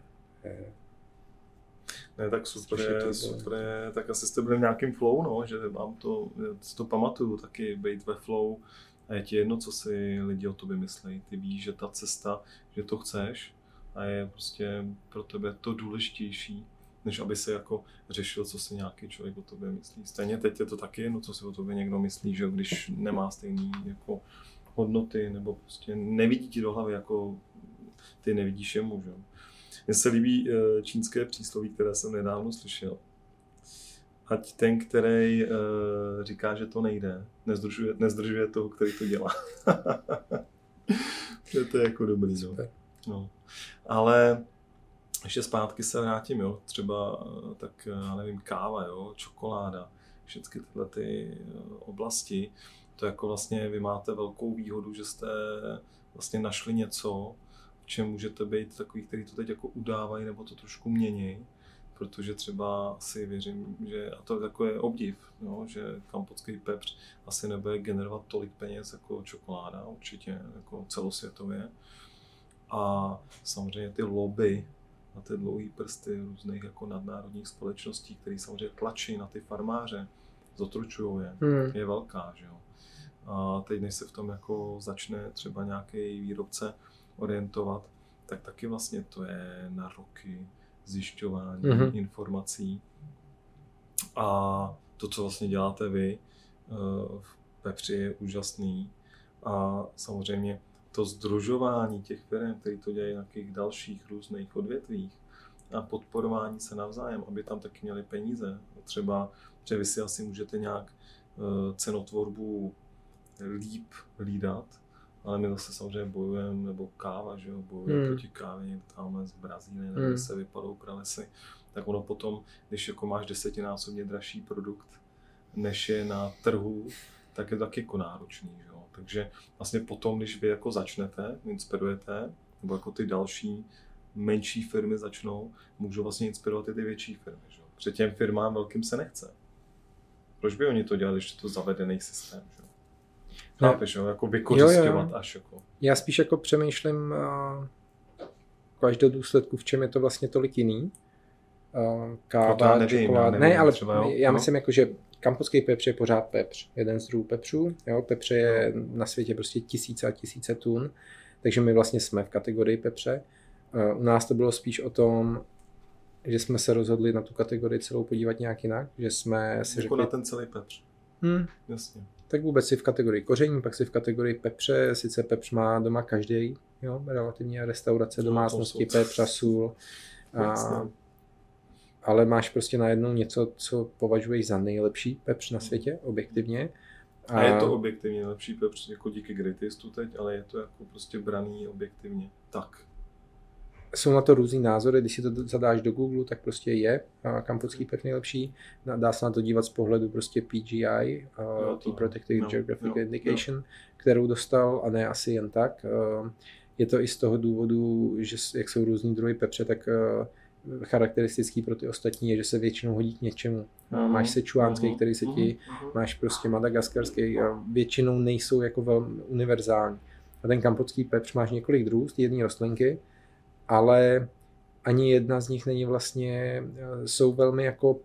Ne, tak super, je, super je, tak asi jste byli v nějakým flow, no, že mám to, si to pamatuju, taky být ve flow a je ti jedno, co si lidi o tobě myslejí. Ty víš, že ta cesta, že to chceš a je prostě pro tebe to důležitější, než aby se jako řešil, co si nějaký člověk o tobě myslí. Stejně teď je to taky jedno, co si o tobě někdo myslí, že když nemá stejný jako hodnoty nebo prostě nevidí ti do hlavy, jako ty nevidíš jemu, že? Mně se líbí čínské přísloví, které jsem nedávno slyšel. Ať ten, který uh, říká, že to nejde, nezdržuje, nezdržuje toho, který to dělá. to je jako dobrý, no. no. Ale ještě zpátky se vrátím, jo. Třeba tak, já nevím, káva, jo, čokoláda, všechny tyhle ty oblasti. To jako vlastně vy máte velkou výhodu, že jste vlastně našli něco, čem můžete být takový, který to teď jako udávají nebo to trošku mění, protože třeba si věřím, že, a to je takový obdiv, no, že kambodský pepř asi nebude generovat tolik peněz jako čokoláda, určitě jako celosvětově. A samozřejmě ty lobby na ty dlouhý prsty různých jako nadnárodních společností, které samozřejmě tlačí na ty farmáře, zotročují je, hmm. je velká, že jo. A teď než se v tom jako začne třeba nějaký výrobce orientovat, tak taky vlastně to je na roky zjišťování mm-hmm. informací. A to, co vlastně děláte vy v pepři, je úžasný. A samozřejmě to sdružování těch firm, které to dělají na těch dalších různých odvětvích a podporování se navzájem, aby tam taky měli peníze. Třeba, že vy si asi můžete nějak cenotvorbu líp hlídat, ale my zase samozřejmě bojujeme, nebo káva, že jo, bojujeme hmm. proti kávě, tamhle z Brazílie, nebo hmm. se vypadou pralesy, tak ono potom, když jako máš desetinásobně dražší produkt, než je na trhu, tak je to taky jako náročný, že jo. Takže vlastně potom, když vy jako začnete, inspirujete, nebo jako ty další menší firmy začnou, můžou vlastně inspirovat i ty větší firmy, že jo. Protože těm firmám velkým se nechce. Proč by oni to dělali, když je to zavedený systém, že jo? Chápeš, jo, jako vykořisťovat až jako. Já spíš jako přemýšlím uh, až do důsledku, v čem je to vlastně tolik jiný. Uh, káva, no čokoláda. Ne, ale třeba, já myslím, no. jako, že kambodský pepř je pořád pepř. Jeden z druhů pepřů. Jo, pepře je no. na světě prostě tisíce a tisíce tun, takže my vlastně jsme v kategorii pepře. Uh, u nás to bylo spíš o tom, že jsme se rozhodli na tu kategorii celou podívat nějak jinak, že jsme si jako řekli... na ten celý pepř. Hmm. Jasně. Tak vůbec si v kategorii koření, pak si v kategorii pepře, sice pepř má doma každý, jo, relativně restaurace, domácnosti, pepř a sůl. A, ale máš prostě najednou něco, co považuješ za nejlepší pepř na světě, objektivně. A, a je to objektivně nejlepší pepř, jako díky Greatestu teď, ale je to jako prostě braný objektivně. Tak. Jsou na to různý názory, když si to zadáš do Google, tak prostě je kampotský pepř nejlepší. Dá se na to dívat z pohledu prostě P G I, no, to, Protected no, Geographic no, Indication, no. kterou dostal, a ne asi jen tak. Je to i z toho důvodu, že jak jsou různý druhy pepře, tak charakteristický pro ty ostatní je, že se většinou hodí k něčemu. Uh-huh. Máš sečuánský, uh-huh. který se ti, uh-huh. máš prostě madagaskarský a většinou nejsou jako velmi univerzální. A ten kampotský pepř máš několik druhů z jedné rostlinky, ale ani jedna z nich není vlastně, jsou velmi jako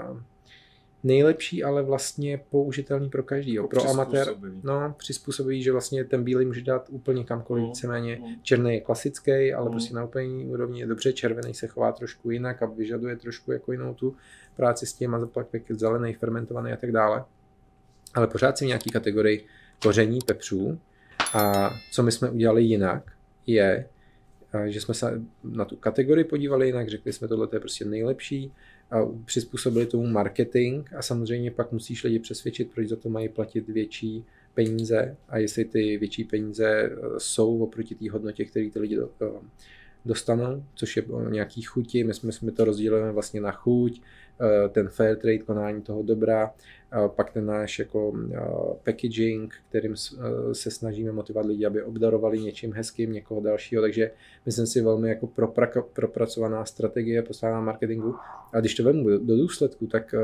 nejlepší, ale vlastně použitelný pro každýho. Pro amatér, no, přizpůsobí, že vlastně ten bílý může dát úplně kamkoliv, víceméně. Mm. Černý je klasický, ale mm. prostě na úplně úrovni je dobře, červený se chová trošku jinak a vyžaduje trošku jako jinou tu práci s tím, a pak zelený, fermentovaný a tak dále. Ale pořád si v nějaký kategorii koření pepřů. A co my jsme udělali jinak, je, že jsme se na tu kategorii podívali jinak, řekli jsme, tohle je prostě nejlepší, a přizpůsobili tomu marketing a samozřejmě pak musíš lidi přesvědčit, proč za to mají platit větší peníze a jestli ty větší peníze jsou oproti té hodnotě, které ty lidi dostanou, což je nějaký chuti. My jsme, jsme to rozdělili vlastně na chuť, ten fair trade, konání toho dobra, pak ten náš jako packaging, kterým se snažíme motivovat lidi, aby obdarovali něčím hezkým někoho dalšího, takže myslím si velmi jako propra- propracovaná strategie postavená marketingu. A když to vemu do důsledku, tak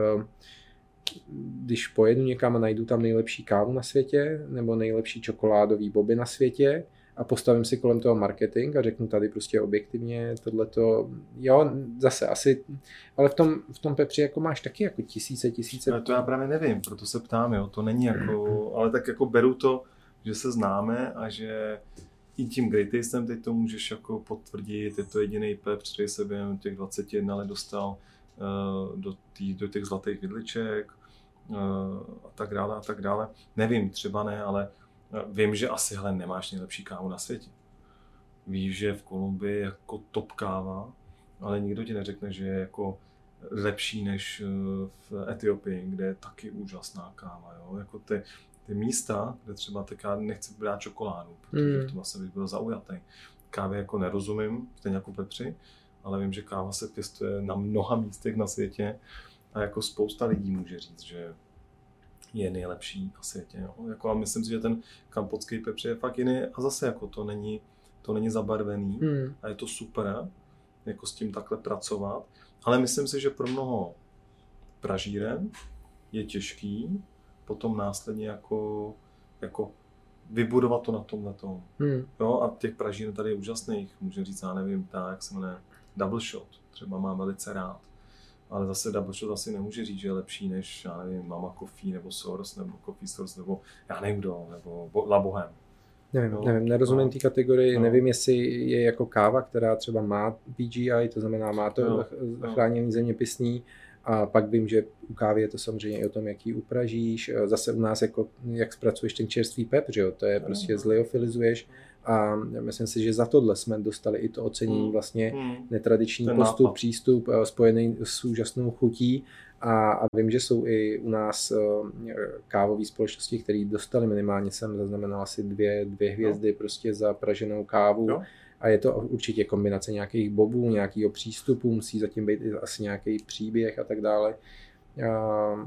když pojedu někam a najdu tam nejlepší kávu na světě nebo nejlepší čokoládový boby na světě a postavím si kolem toho marketing a řeknu tady prostě objektivně tohleto, jo, zase asi, ale v tom, v tom pepři jako máš taky jako tisíce, tisíce. Ale to já právě nevím, proto se ptám, jo, to není jako, ale tak jako beru to, že se známe a že i tím Greatestem teď to můžeš jako potvrdit, je to jediný pepř, který se během těch dvacet jedna let dostal uh, do, tý, do těch zlatých vidliček uh, a tak dále a tak dále. Nevím, třeba ne, ale vím, že asi hele, nemáš nejlepší kávu na světě. Víš, že v Kolumbii je jako top káva, ale nikdo ti neřekne, že je jako lepší než v Etiopii, kde je taky úžasná káva. Jo? Jako ty, ty místa, kde třeba tak já nechci brát čokoládu, protože v tom asi bych byl zaujatý. Kávě jako nerozumím, stejně jako pepři, ale vím, že káva se pěstuje na mnoha místech na světě a jako spousta lidí může říct, že je nejlepší na světě. Jo. Jako a myslím si, že ten kampotský pepř je fakt jiný a zase jako to není, to není zabarvený hmm. a je to super jako s tím takhle pracovat. Ale myslím si, že pro mnoho pražíren je těžký potom následně jako, jako vybudovat to na tomhletom. Hmm. Jo, a těch pražíren tady je úžasných. Můžu říct, já nevím, ta, jak se jmenuje, Double Shot, třeba mám velice rád. Ale zase Double Shot asi nemůže říct, že je lepší než, já nevím, Mama Coffee nebo Source, nebo Coffee Source, nebo já nevím kdo, nebo La Bohème. Nevím, no, nevím, nerozumím no, té kategorii, no. Nevím, jestli je jako káva, která třeba má P G I, to znamená má to no, chráněný no. zeměpisný, a pak vím, že u kávy je to samozřejmě i o tom, jak ji upražíš, zase u nás jako, jak zpracuješ ten čerstvý pepř, jo, to je prostě no. zliofilizuješ a myslím si, že za tohle jsme dostali i to ocenění vlastně hmm. netradiční ten postup, nápad. Přístup spojený s úžasnou chutí. A, a vím, že jsou i u nás uh, kávové společnosti, které dostali minimálně, jsem zaznamenal asi dvě, dvě hvězdy no. prostě za praženou kávu. No. A je to určitě kombinace nějakých bobů, nějakého přístupu, musí zatím být asi nějaký příběh a tak dále. Uh,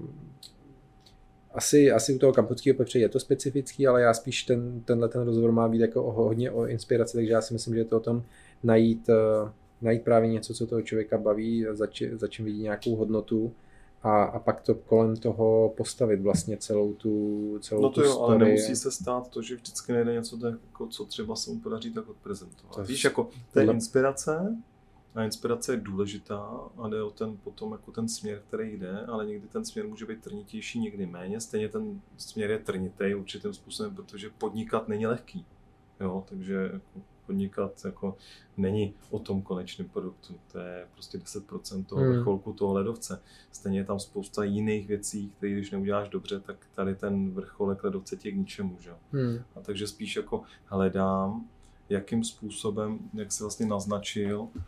asi, asi u toho kampotského pepře je to specifický, ale já spíš ten, tenhle ten rozhovor má být jako o, hodně o inspiraci, takže já si myslím, že je to o tom najít, uh, najít právě něco, co toho člověka baví, za, či, za čím vidí nějakou hodnotu. A, a pak to kolem toho postavit vlastně celou tu celou No to tu jo, story. Ale nemusí se stát to, že vždycky nejde něco, tak, jako, co třeba se mu podaří tak odprezentovat. To Víš, jako to je inspirace a inspirace je důležitá a jde o ten potom jako ten směr, který jde, ale někdy ten směr může být trnitější, někdy méně. Stejně ten směr je trnitej určitým způsobem, protože podnikat není lehký. Jo, takže jako podnikat jako není o tom konečném produktu, to je prostě deset procent toho hmm. vrcholku toho ledovce. Stejně je tam spousta jiných věcí, které když neuděláš dobře, tak tady ten vrcholek ledovce tě k ničemu, že? Hmm. A takže spíš jako hledám, jakým způsobem, jak jsi vlastně naznačil,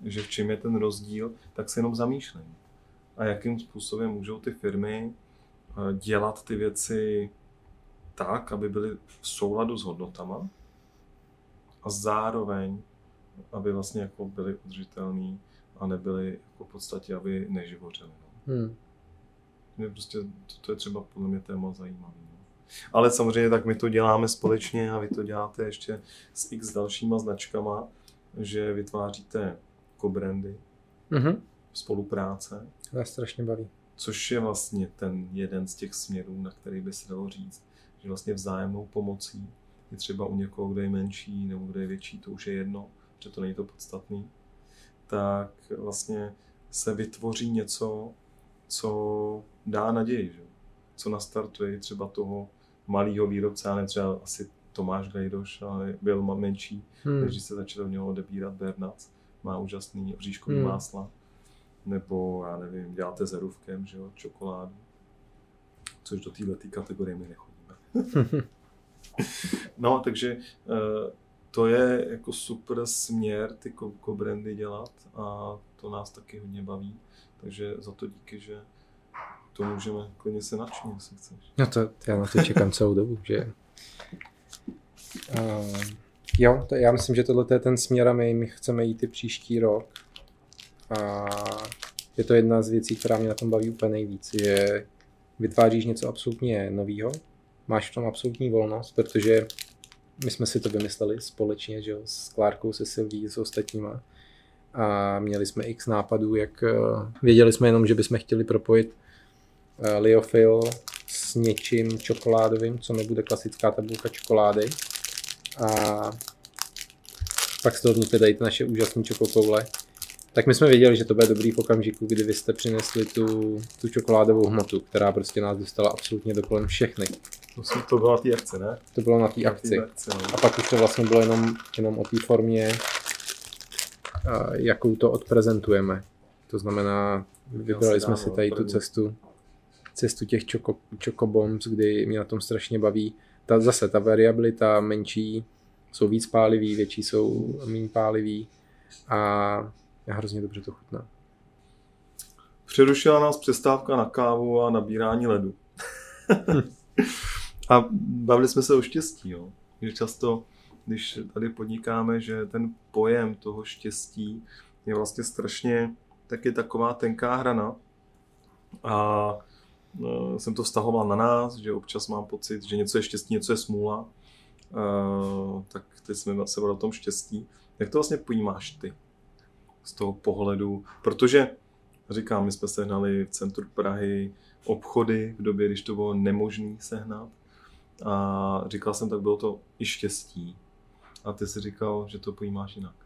že v čem je ten rozdíl, tak se jenom zamýšlím. A jakým způsobem můžou ty firmy dělat ty věci tak, aby byly v souladu s hodnotama a zároveň, aby vlastně jako byly udržitelný a nebyly jako v podstatě, aby neživořily. No. Hmm. Mě prostě, to, to je třeba podle mě téma zajímavé. No. Ale samozřejmě tak my to děláme společně a vy to děláte ještě s x dalšíma značkama, že vytváříte co-brandy, mm-hmm. spolupráce. To mě strašně baví. Což je vlastně ten jeden z těch směrů, na který by se dalo říct, že vlastně vzájemnou pomocí je třeba u někoho, kdo je menší nebo kdo je větší, to už je jedno, že to není to podstatný, tak vlastně se vytvoří něco, co dá naději, že? Co nastartuje třeba toho malého výrobce, ale třeba asi Tomáš Gajdoš, ale byl menší, hmm. takže se začal v něho odebírat Bernard, má úžasný oříškový hmm. másla, nebo já nevím, děláte s Erůvkem, že jo, čokoládu, což do této kategorie my nechodíme. No, takže to je jako super směr ty co-brandy dělat a to nás taky hodně baví, takže za to díky, že to můžeme klidně se nadšit, jestli chceš. No to já na to čekám celou dobu, že uh, jo, to já myslím, že tohle je ten směr a my, my chceme jít i příští rok a je to jedna z věcí, která mě na tom baví úplně nejvíc, že vytváříš něco absolutně novýho, máš v tom absolutní volnost, protože my jsme si to vymysleli společně, že jo, s Klárkou, se Silví, s ostatníma a měli jsme x nápadů, jak věděli jsme jenom, že bychom chtěli propojit Liofil s něčím čokoládovým, co nebude klasická tabulka čokolády a pak z toho vznikly tady ty naše úžasné čokokoule. Tak my jsme věděli, že to bude dobrý v okamžiku, kdy vy jste přinesli tu, tu čokoládovou hmotu, která prostě nás dostala absolutně do kolem všechny. To bylo na té akci, ne? To bylo na té akci. akci a pak už to vlastně bylo jenom, jenom o té formě, jakou to odprezentujeme. To znamená, vybrali jsme si tady tu cestu, cestu těch čoko, čokobombs, kdy mě na tom strašně baví. Ta, zase ta variabilita menší jsou víc pálivý, větší jsou méně pálivý a já hrozně dobře to chutná. Přerušila nás přestávka na kávu a nabírání ledu. A bavili jsme se o štěstí, jo. Že často, když tady podnikáme, že ten pojem toho štěstí je vlastně strašně taky taková tenká hrana. A e, jsem to vztahoval na nás, že občas mám pocit, že něco je štěstí, něco je smůla. E, tak teď jsme se bavili o tom štěstí. Jak to vlastně pojímáš ty? Z toho pohledu, protože říkám, my jsme sehnali v centru Prahy obchody v době, když to bylo nemožné sehnat a říkal jsem, tak bylo to i štěstí a ty si říkal, že to pojímáš jinak.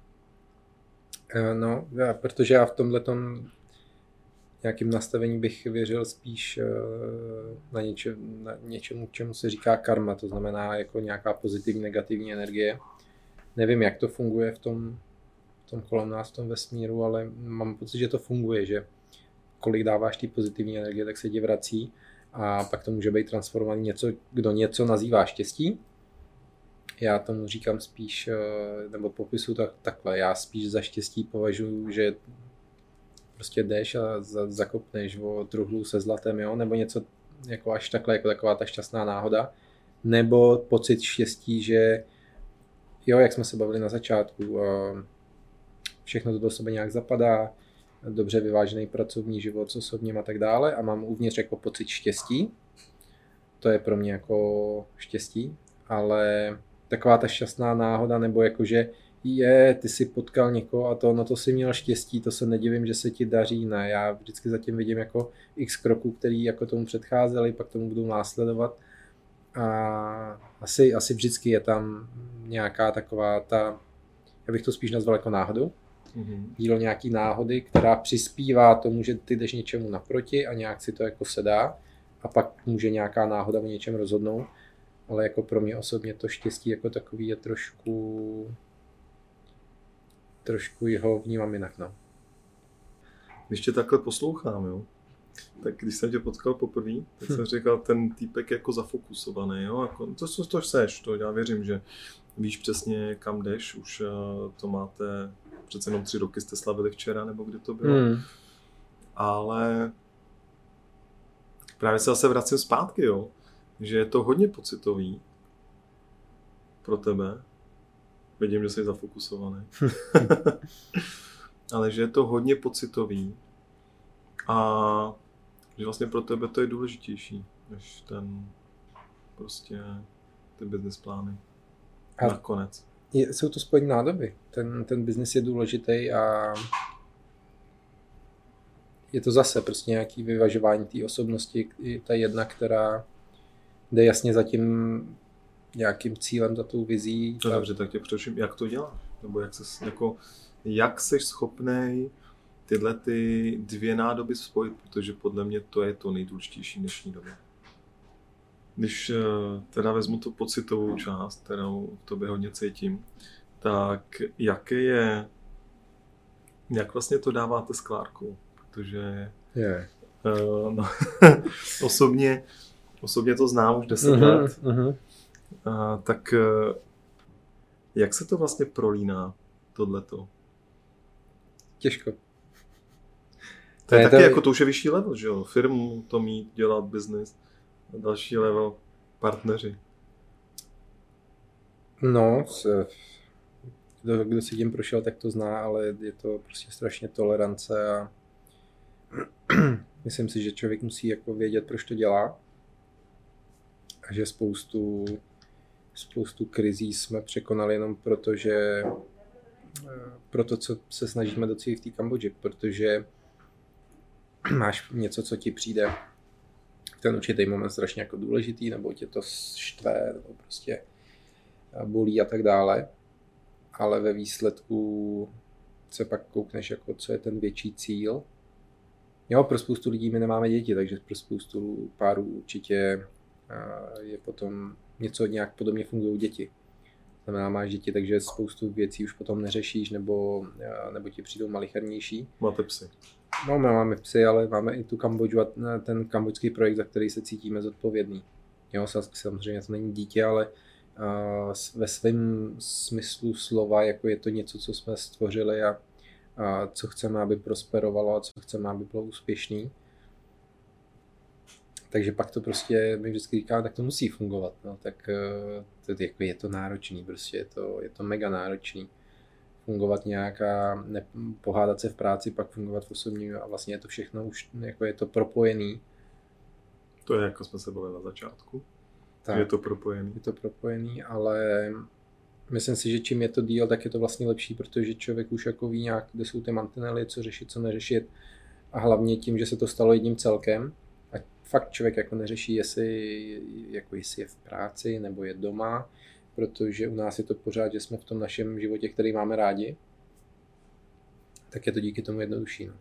No, já, protože já v tomhletom nějakým nastavení bych věřil spíš na, něče, na něčemu, čemu se říká karma, to znamená jako nějaká pozitivní, negativní energie. Nevím, jak to funguje v tom tom kolem nás, v tom vesmíru, ale mám pocit, že to funguje, že kolik dáváš ty pozitivní energie, tak se ti vrací a pak to může být transformovaný něco, kdo něco nazývá štěstí. Já tomu říkám spíš, nebo popisu tak, takhle, já spíš za štěstí považuji, že prostě jdeš a za, zakopneš o truhlu se zlatem, jo, nebo něco jako až takhle, jako taková ta šťastná náhoda, nebo pocit štěstí, že jo, jak jsme se bavili na začátku, všechno to do sebe nějak zapadá, dobře vyvážený pracovní život s osobním a tak dále a mám uvnitř jako pocit štěstí. To je pro mě jako štěstí, ale taková ta šťastná náhoda, nebo jakože je, ty si potkal někoho a to, no to si měl štěstí, to se nedivím, že se ti daří, ne, já vždycky zatím vidím jako x kroků, který jako tomu předcházely, pak tomu budou následovat a asi, asi vždycky je tam nějaká taková ta, já bych to spíš nazval jako náhodu, mm-hmm. dílo nějaký náhody, která přispívá tomu, že ty jdeš něčemu naproti a nějak si to jako sedá a pak může nějaká náhoda o něčem rozhodnout, ale jako pro mě osobně to štěstí jako takový je trošku trošku jeho vnímám jinak, no. Když tě takhle poslouchám, jo, tak když jsem tě potkal poprvé, tak jsem říkal, ten týpek jako zafokusovaný, jo, jako, to, to, to seš, to já věřím, že víš přesně, kam jdeš, už to máte přece jenom tři roky jste slavili včera, nebo kdy to bylo. Hmm. Ale právě se zase vracím zpátky, jo, že je to hodně pocitový pro tebe. Vidím, že jsi zafokusovaný. Ale že je to hodně pocitový a že vlastně pro tebe to je důležitější, než ten prostě ty business plány. A nakonec. Je, jsou to spojené nádoby. Ten, ten business je důležitý a je to zase prostě nějaký vyvažování té osobnosti, ta jedna, která jde jasně za tím nějakým cílem, za tou vizí. No dobře, tak tě přeším, jak to děláš? Nebo jak ses, jako, jak jsi schopnej tyhle ty dvě nádoby spojit, protože podle mě to je to nejdůležitější v dnešní době. Když teda vezmu tu pocitovou část, kterou v tobě hodně cítím, tak jaké je, jak vlastně to dáváte s Klárkou? Protože yeah. uh, no, osobně, osobně to znám už deset uh-huh, let, uh-huh. Uh, tak uh, jak se to vlastně prolíná, tohleto? Těžko. To je, je taky to... jako to už je vyšší level, že jo? Firmu to mít, dělat business. Další level, partneři. No, se, kdo, kdo si tím prošel, tak to zná, ale je to prostě strašně tolerance a myslím si, že člověk musí jako vědět, proč to dělá a že spoustu, spoustu krizí jsme překonali jenom proto, že pro to, co se snažíme docílit v té Kambodži, protože máš něco, co ti přijde ten určitý moment strašně jako důležitý, nebo tě to štve, nebo prostě bolí a tak dále. Ale ve výsledku se pak koukneš, jako co je ten větší cíl. Jo, pro spoustu lidí my nemáme děti, takže pro spoustu párů určitě je potom něco nějak podobně fungují děti. Znamená, máš děti, takže spoustu věcí už potom neřešíš, nebo, nebo ti přijdou malichernější. Máte psy. No, my máme psy, ale máme i tu Kambodžu a ten kambodžský projekt, za který se cítíme zodpovědný. Jo, samozřejmě to není dítě, ale uh, ve svém smyslu slova, jako je to něco, co jsme stvořili a, a co chceme, aby prosperovalo a co chceme, aby bylo úspěšný. Takže pak to prostě, my vždycky říkáme, tak to musí fungovat. No, tak uh, to, jako je to náročný, prostě je to, je to mega náročný. Fungovat nějak a ne, pohádat se v práci, pak fungovat v osobním a vlastně je to všechno už, jako je to propojený. To je jako jsme se bavili na začátku, tak, že je to propojený. Je to propojený, ale myslím si, že čím je to díl, tak je to vlastně lepší, protože člověk už jako ví nějak, kde jsou ty mantinely, co řešit, co neřešit a hlavně tím, že se to stalo jedním celkem a fakt člověk jako neřeší, jestli, jako jestli je v práci nebo je doma, protože u nás je to pořád, že jsme v tom našem životě, který máme rádi, tak je to díky tomu jednodušší. No.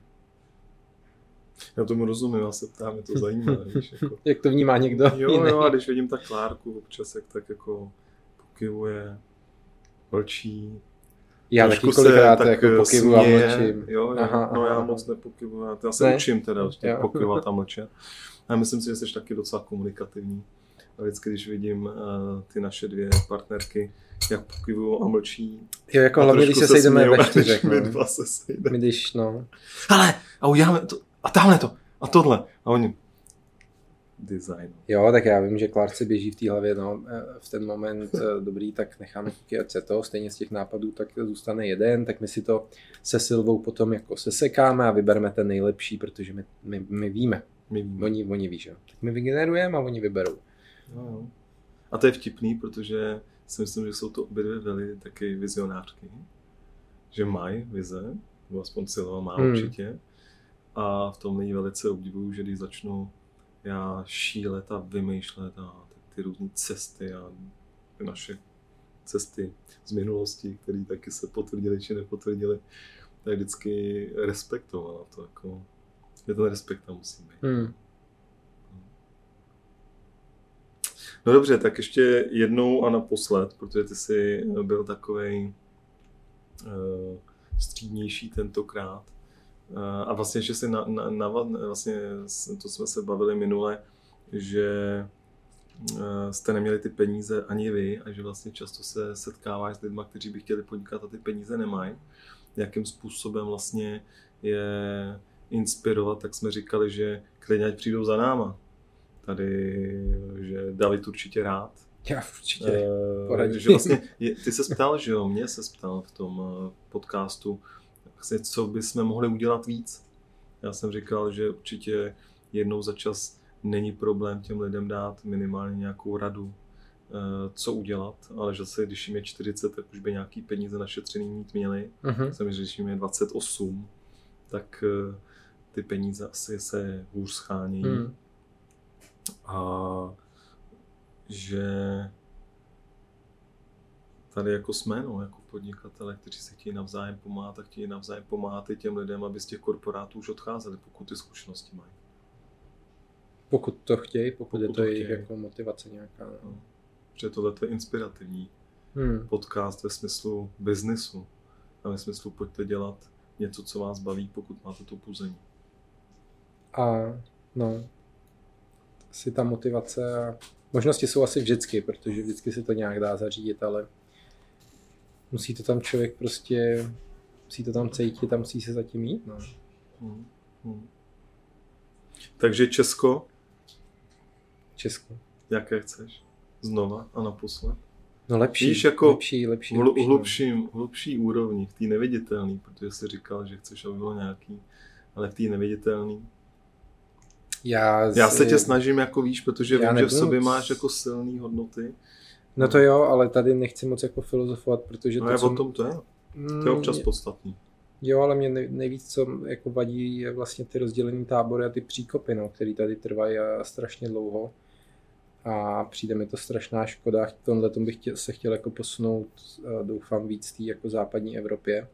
Já tomu rozumím, já se ptám, mě to zajímá. Víš, jako... Jak to vnímá někdo Jo, jiný. jo, a když vidím tak Klárku občas, jak tak jako pokyvuje, mlčí. Já taky kolikrát tak jako pokyvuju a mlčím. Jo, já, aha, no aha. Já moc nepokyvuju, já se ne? učím teda pokyvovat a mlčet. A myslím si, že jsi taky docela komunikativní. A vždycky, když vidím uh, ty naše dvě partnerky, jak pokyvují a mlčí. Jo, jako hlavně, když se sejdeme ve čtyřech. My dva se sejdeme. My když, no. Hele, a uděláme to, a tamhle to, a tohle. A oni, design. Jo, tak já vím, že Klárce běží v té hlavě, no, v ten moment dobrý, tak necháme kuky, ať se to, stejně z těch nápadů, tak zůstane jeden, tak my si to se Silvou potom jako sesekáme a vybereme ten nejlepší, protože my, my, my víme. My víme. Oni, oni ví, že? Tak my vygenerujeme a oni vyberou. No, jo. A to je vtipný, protože si myslím, že jsou to obě dvě vely taky vizionářky, že mají vize, nebo aspoň Silva má hmm. určitě. A v tom není velice obdivuju, že když začnu já šílet a vymýšlet a ty, ty různé cesty a ty naše cesty z minulosti, které taky se potvrdily či nepotvrdily, tak vždycky respektovala to. Jako, že ten respekt tam musí být. Hmm. No dobře, tak ještě jednou a naposled, protože ty jsi byl takovej uh, střídnější tentokrát. Uh, a vlastně ještě si na, na, na, vlastně to jsme se bavili minule, že uh, jste neměli ty peníze ani vy a že vlastně často se setkáváš s lidmi, kteří by chtěli podnikat a ty peníze nemají. jakým způsobem vlastně je inspirovat, tak jsme říkali, že klidně ať přijdou za náma. Tady, že David určitě rád. Já určitě poradím. Že vlastně, je, ty se ptal, že jo, mě se ptal v tom podcastu, vlastně, co bychom mohli udělat víc. Já jsem říkal, že určitě jednou za čas není problém těm lidem dát minimálně nějakou radu, co udělat, ale že se, když jim je čtyřicet, tak už by nějaký peníze našetřený mít měli. Uh-huh. Samozřejmě, když jim je dvacet osm, tak ty peníze asi se hůř schánějí. Uh-huh. A že tady jako jsme, no, jako podnikatele, kteří se chtějí navzájem pomáhat, tak chtějí navzájem pomáhat i těm lidem, aby z těch korporátů už odcházeli, pokud ty zkušenosti mají. Pokud to chtějí, pokud, pokud je to jejich jako motivace nějaká. No. Protože tohle je inspirativní hmm. podcast ve smyslu biznisu a ve smyslu pojďte dělat něco, co vás baví, pokud máte to puzení. A no, asi ta motivace a možnosti jsou asi vždycky, protože vždycky se to nějak dá zařídit, ale musí to tam člověk prostě, musí to tam cítit a musí se zatím jít. No. Hmm. Hmm. Takže Česko? Česko. Jaké chceš? Znova a naposled? No lepší, Víš, jako lepší, lepší, hlu, lepší. Hlubší, hlubší úrovni, v té neviditelný, protože jsi říkal, že chceš, aby bylo nějaký, ale v té neviditelný. Já, z... já se tě snažím, jako víš, protože já vím, že v sobě moc... máš jako silný hodnoty. No to jo, ale tady nechci moc jako filozofovat, protože... No to, je co... o tom to je. To je občas podstatný. Jo, ale mě nejvíc, co jako vadí, je vlastně ty rozdělený tábory a ty příkopy, no, které tady trvají strašně dlouho. A přijde mi to strašná škoda. V tomhle tom bych chtěl, se chtěl jako posunout, doufám, víc té jako západní Evropě.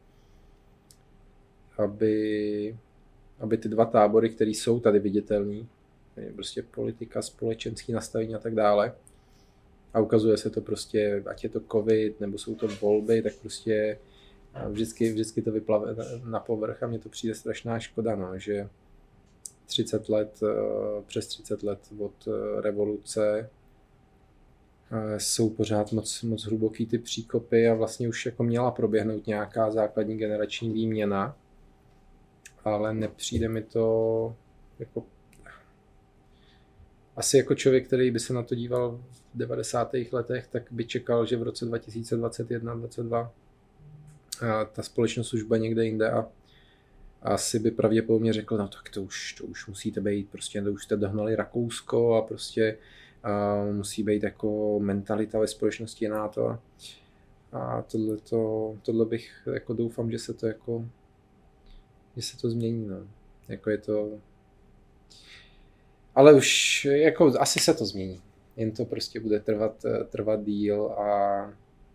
Aby, aby ty dva tábory, které jsou tady viditelný, prostě politika, společenský nastavení a tak dále. A ukazuje se to prostě, ať je to covid, nebo jsou to volby, tak prostě vždycky, vždycky to vyplave na povrch a mně to přijde strašná škoda, no, že třicet let, přes třicet let od revoluce jsou pořád moc, moc hluboký ty příkopy a vlastně už jako měla proběhnout nějaká základní generační výměna, ale nepřijde mi to jako asi jako člověk, který by se na to díval v devadesátých letech, tak by čekal, že v roce dva tisíce dvacet jedna dvacet dva ta společnost už bude někde jinde a asi by pravděpodobně řekl, no tak to už, to už musíte být, prostě to už jste dohnali Rakousko a prostě a musí být jako mentalita ve společnosti na to. A tohle, to, tohle bych jako doufám, že se to jako, že se to změní, no. Jako je to, ale už jako asi se to změní. Jen to prostě bude trvat, trvat díl a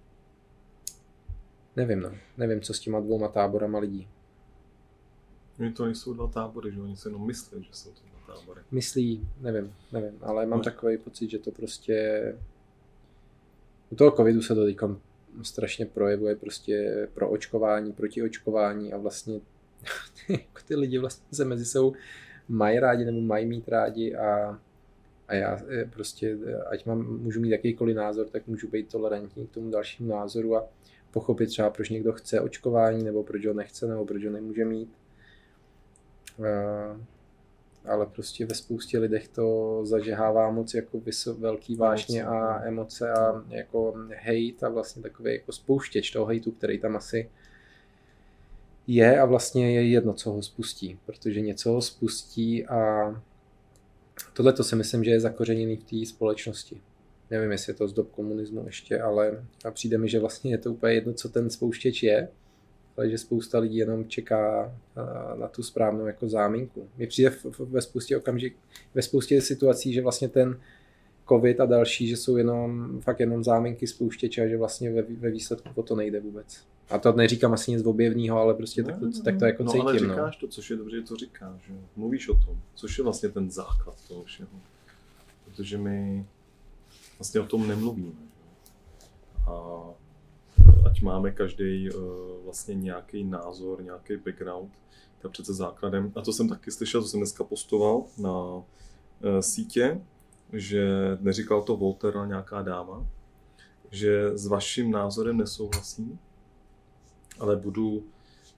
nevím, no. Nevím, co s těma dvouma táborama lidí. Oni to nejsou dva tábory, že oni se jenom myslí, že jsou to dva tábory. Myslí, nevím, nevím, ale mám no. takový pocit, že to prostě u toho covidu se to teďkom strašně projevuje prostě pro očkování, proti očkování a vlastně ty lidi vlastně se mezi sebou mají rádi nebo mají mít rádi a, a já prostě, ať mám, můžu mít jakýkoliv názor, tak můžu být tolerantní k tomu dalšímu názoru a pochopit třeba, proč někdo chce očkování, nebo proč ho nechce, nebo proč ho nemůže mít. Uh, ale prostě ve spoustě lidech to zažehává moc jako vyso- velký vášně a emoce a jako hejt a vlastně takový jako spouštěč toho hejtu, který tam asi je a vlastně je jedno, co ho spustí, protože něco ho spustí a tohle to si myslím, že je zakořeněný v té společnosti. Nevím, jestli je to z dob komunismu ještě, ale a přijde mi, že vlastně je to úplně jedno, co ten spouštěč je, ale že spousta lidí jenom čeká na tu správnou jako záminku. Mně přijde ve spoustě okamžik, ve spoustě situací, že vlastně ten covid a další, že jsou jenom fakt jenom záminky spouštěče a že vlastně ve, ve výsledku o to nejde vůbec. A to neříkám asi nic objevného, ale prostě tak, to, tak to jako no, cítím. Ale říkáš no. to, což je dobře, co říkáš. Že? Mluvíš o tom, což je vlastně ten základ toho všeho. Protože my vlastně o tom nemluvíme. Že? A ať máme každý uh, vlastně nějaký názor, nějaký background, to je přece základem. A to jsem taky slyšel, co jsem dneska postoval na uh, sítě, že neříkal to Voltaire, ale nějaká dáma, že s vaším názorem nesouhlasím, ale budu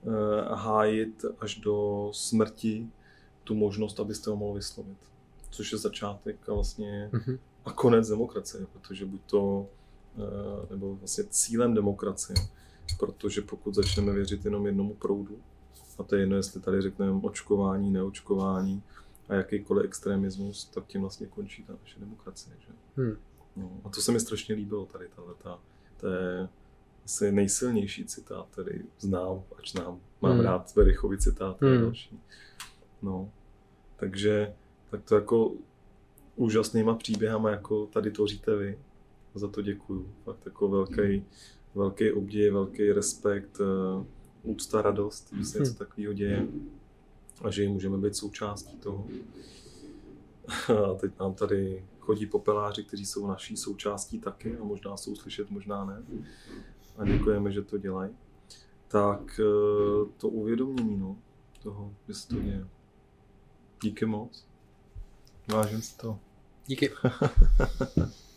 hájit až do smrti tu možnost, abyste ho mohl vyslovit. Což je začátek a vlastně mm-hmm. a konec demokracie, protože buď to, nebo vlastně cílem demokracie, protože pokud začneme věřit jenom jednomu proudu, a to je jedno, jestli tady řekneme očkování, neočkování a jakýkoliv extremismus, tak tím vlastně končí ta naše demokracie. Že? Hmm. No, a to se mi strašně líbilo tady tato. To je asi nejsilnější citát, který znám, ač znám. Mám hmm. rád Verichovi citáty hmm. a další. No, takže tak to jako úžasnýma příběhama jako tady tvoříte vy. Za to děkuju. Fakt jako velký, velký obdiv, velký respekt, úcta, radost, že se něco takového děje a že můžeme být součástí toho. A teď nám tady chodí popeláři, kteří jsou naší součástí taky a možná jsou slyšet, možná ne. A děkujeme, že to dělají. Tak to uvědomění no, toho, že se to děje. Díky moc. Vážím si to. Díky.